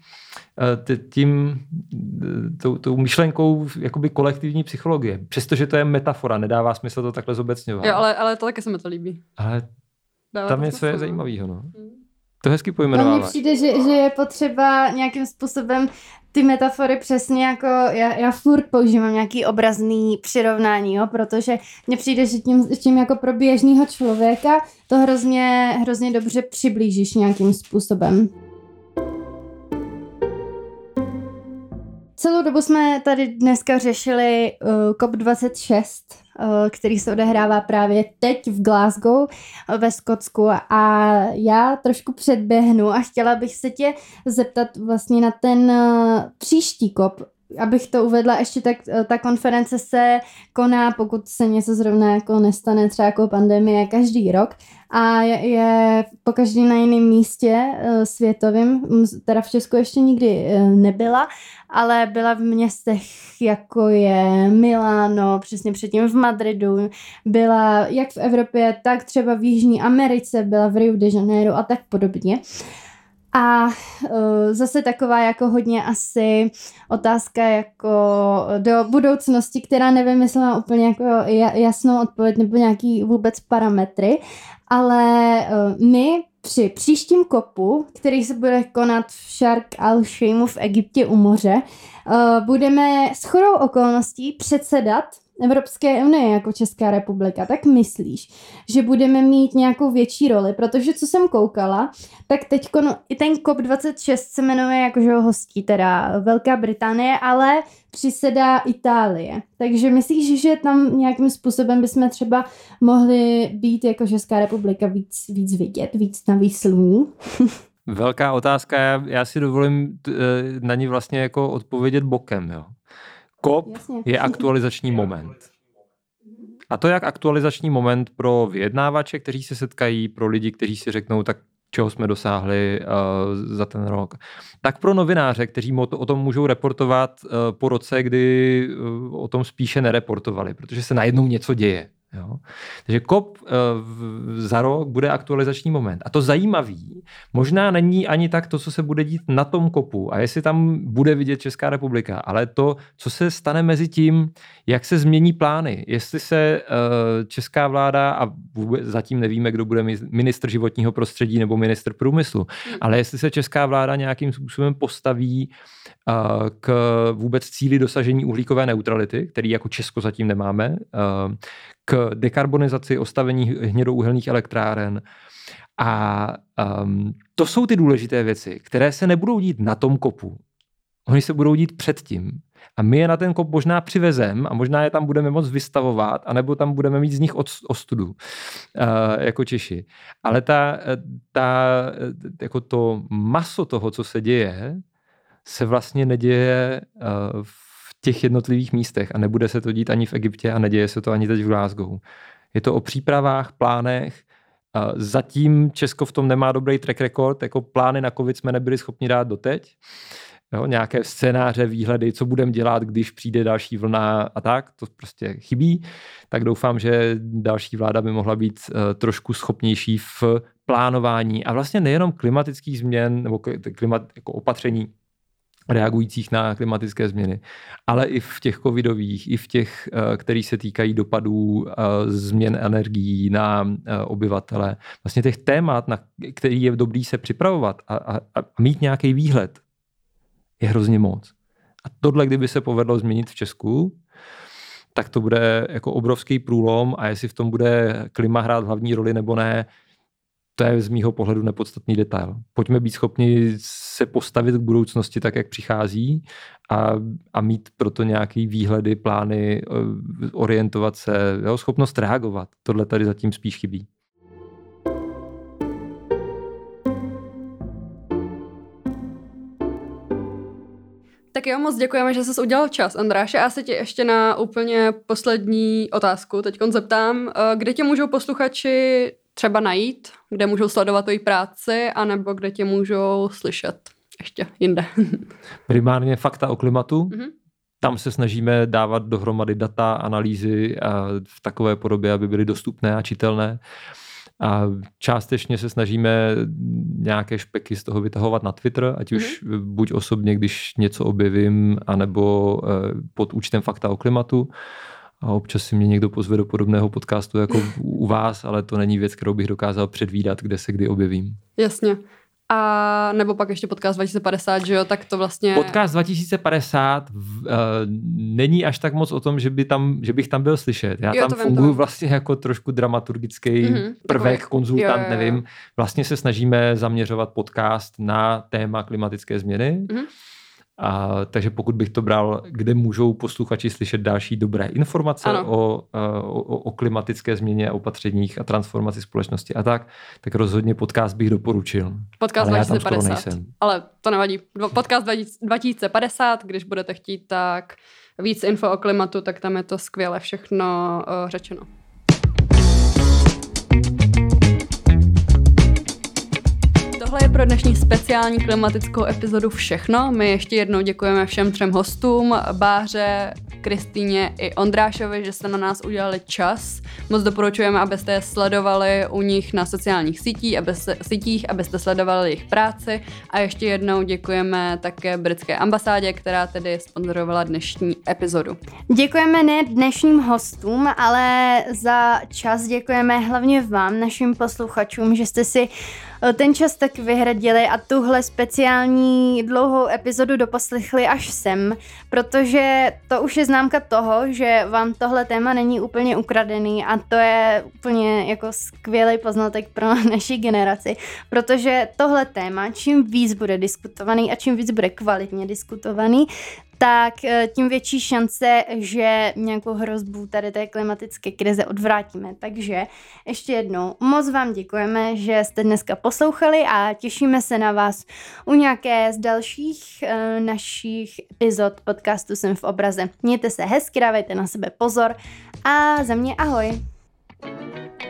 tou myšlenkou jakoby kolektivní psychologie. Přestože to je metafora, nedává smysl to takhle zobecňovat. Jo, ale to taky se mi to líbí. Ale dává tam něco je zajímavého. No. To hezky pojmenovávat. Mně přijde, že je potřeba nějakým způsobem ty metafory přesně jako, já furt používám nějaký obrazný přirovnání, jo, protože mně přijde, že tím jako pro běžného člověka to hrozně dobře přiblížíš nějakým způsobem. Celou dobu jsme tady dneska řešili COP26, který se odehrává právě teď v Glasgow ve Skotsku a já trošku předběhnu a chtěla bych se tě zeptat vlastně na ten příští COP. Abych to uvedla ještě, tak ta konference se koná, pokud se něco zrovna jako nestane, třeba jako pandemie, každý rok a je pokaždý na jiném místě světovým, teda v Česku ještě nikdy nebyla, ale byla v městech jako je Miláno, přesně předtím v Madridu, byla jak v Evropě, tak třeba v Jižní Americe, byla v Rio de Janeiro a tak podobně. A zase taková jako hodně asi otázka jako do budoucnosti, která nevím, jestli má úplně jako jasnou odpověď nebo nějaký vůbec parametry, ale my při příštím kopu, který se bude konat v Sharm el-Sheikhu v Egyptě u moře, budeme shodou okolností předsedat Evropské unie jako Česká republika, tak myslíš, že budeme mít nějakou větší roli, protože co jsem koukala, tak teď i ten COP26 se jmenuje jakože hostí teda Velká Británie, ale přisedá Itálie. Takže myslíš, že tam nějakým způsobem bychom třeba mohli být jako Česká republika víc vidět, víc na výsluní? Velká otázka, já si dovolím na ní vlastně jako odpovědět bokem, jo. COP je aktualizační moment. A to je jak aktualizační moment pro vyjednávače, kteří se setkají, pro lidi, kteří si řeknou, tak čeho jsme dosáhli za ten rok. Tak pro novináře, kteří o tom můžou reportovat po roce, kdy o tom spíše nereportovali, protože se najednou něco děje. Jo? Takže COP za rok bude aktualizační moment. A to zajímavý možná není ani tak to, co se bude dít na tom COPu a jestli tam bude vidět Česká republika, ale to, co se stane mezi tím, jak se změní plány. Jestli se česká vláda, a vůbec zatím nevíme, kdo bude ministr životního prostředí nebo ministr průmyslu, ale jestli se česká vláda nějakým způsobem postaví k vůbec cíli dosažení uhlíkové neutrality, který jako Česko zatím nemáme, k dekarbonizaci, ostavení hnědouhelných elektráren. A to jsou ty důležité věci, které se nebudou dít na tom COPu. Oni se budou dít předtím. A my je na ten COP možná přivezem a možná je tam budeme moc vystavovat, anebo tam budeme mít z nich ostudu jako Češi. Ale jako to maso toho, co se děje, se vlastně neděje v těch jednotlivých místech a nebude se to dít ani v Egyptě a neděje se to ani teď v Glasgow. Je to o přípravách, plánech. Zatím Česko v tom nemá dobrý track record, jako plány na covid jsme nebyli schopni dát doteď. Jo, nějaké scénáře, výhledy, co budeme dělat, když přijde další vlna a tak, to prostě chybí. Tak doufám, že další vláda by mohla být trošku schopnější v plánování a vlastně nejenom klimatických změn nebo jako opatření reagujících na klimatické změny, ale i v těch covidových, i v těch, který se týkají dopadů změn energií na obyvatele. Vlastně těch témat, na který je dobrý se připravovat a mít nějaký výhled, je hrozně moc. A tohle, kdyby se povedlo změnit v Česku, tak to bude jako obrovský průlom a jestli v tom bude klima hrát hlavní roli nebo ne, to je z mýho pohledu nepodstatný detail. Pojďme být schopni se postavit k budoucnosti tak, jak přichází a mít proto nějaký výhledy, plány, orientovat se, jo, schopnost reagovat. Tohle tady zatím spíš chybí. Tak jo, moc děkujeme, že jsi udělal čas, Andráše. A se tě ještě na úplně poslední otázku teďkon zeptám, kde tě můžou posluchači třeba najít, kde můžou sledovat tvoji práci, anebo kde tě můžou slyšet ještě jinde. Primárně fakta o klimatu. Tam se snažíme dávat dohromady data, analýzy v takové podobě, aby byly dostupné a čitelné. A částečně se snažíme nějaké špeky z toho vytahovat na Twitter, ať už buď osobně, když něco objevím, anebo pod účtem Fakta o klimatu. A občas si mě někdo pozve do podobného podcastu jako u vás, ale to není věc, kterou bych dokázal předvídat, kde se kdy objevím. Jasně. A nebo pak ještě podcast 2050, že jo, tak to vlastně... Podcast 2050 není až tak moc o tom, že bych tam byl slyšet. Já tam funguji vlastně jako trošku dramaturgický prvek, konzultant, nevím. Vlastně se snažíme zaměřovat podcast na téma klimatické změny. Takže pokud bych to bral, kde můžou posluchači slyšet další dobré informace o klimatické změně a opatřeních a transformaci společnosti a tak rozhodně podcast bych doporučil. Podcast 2050. Ale to nevadí. Podcast 2050, když budete chtít, tak víc info o klimatu, tak tam je to skvěle všechno řečeno. Tohle je pro dnešní speciální klimatickou epizodu všechno. My ještě jednou děkujeme všem 3 hostům, Báře, Kristýně i Ondrášovi, že jste na nás udělali čas. Moc doporučujeme, abyste je sledovali u nich na sociálních sítích, abyste sledovali jejich práci. A ještě jednou děkujeme také britské ambasádě, která tedy sponzorovala dnešní epizodu. Děkujeme ne dnešním hostům, ale za čas děkujeme hlavně vám, našim posluchačům, že jste si ten čas tak vyhradili a tuhle speciální dlouhou epizodu doposlechli až sem, protože to už je známka toho, že vám tohle téma není úplně ukradený a to je úplně jako skvělý poznatek pro naši generaci, protože tohle téma, čím víc bude diskutovaný a čím víc bude kvalitně diskutovaný, tak tím větší šance, že nějakou hrozbu tady té klimatické krize odvrátíme. Takže ještě jednou moc vám děkujeme, že jste dneska poslouchali a těšíme se na vás u nějaké z dalších našich epizod podcastu Jsem v obraze. Mějte se hezky, dávejte na sebe pozor a za mě ahoj.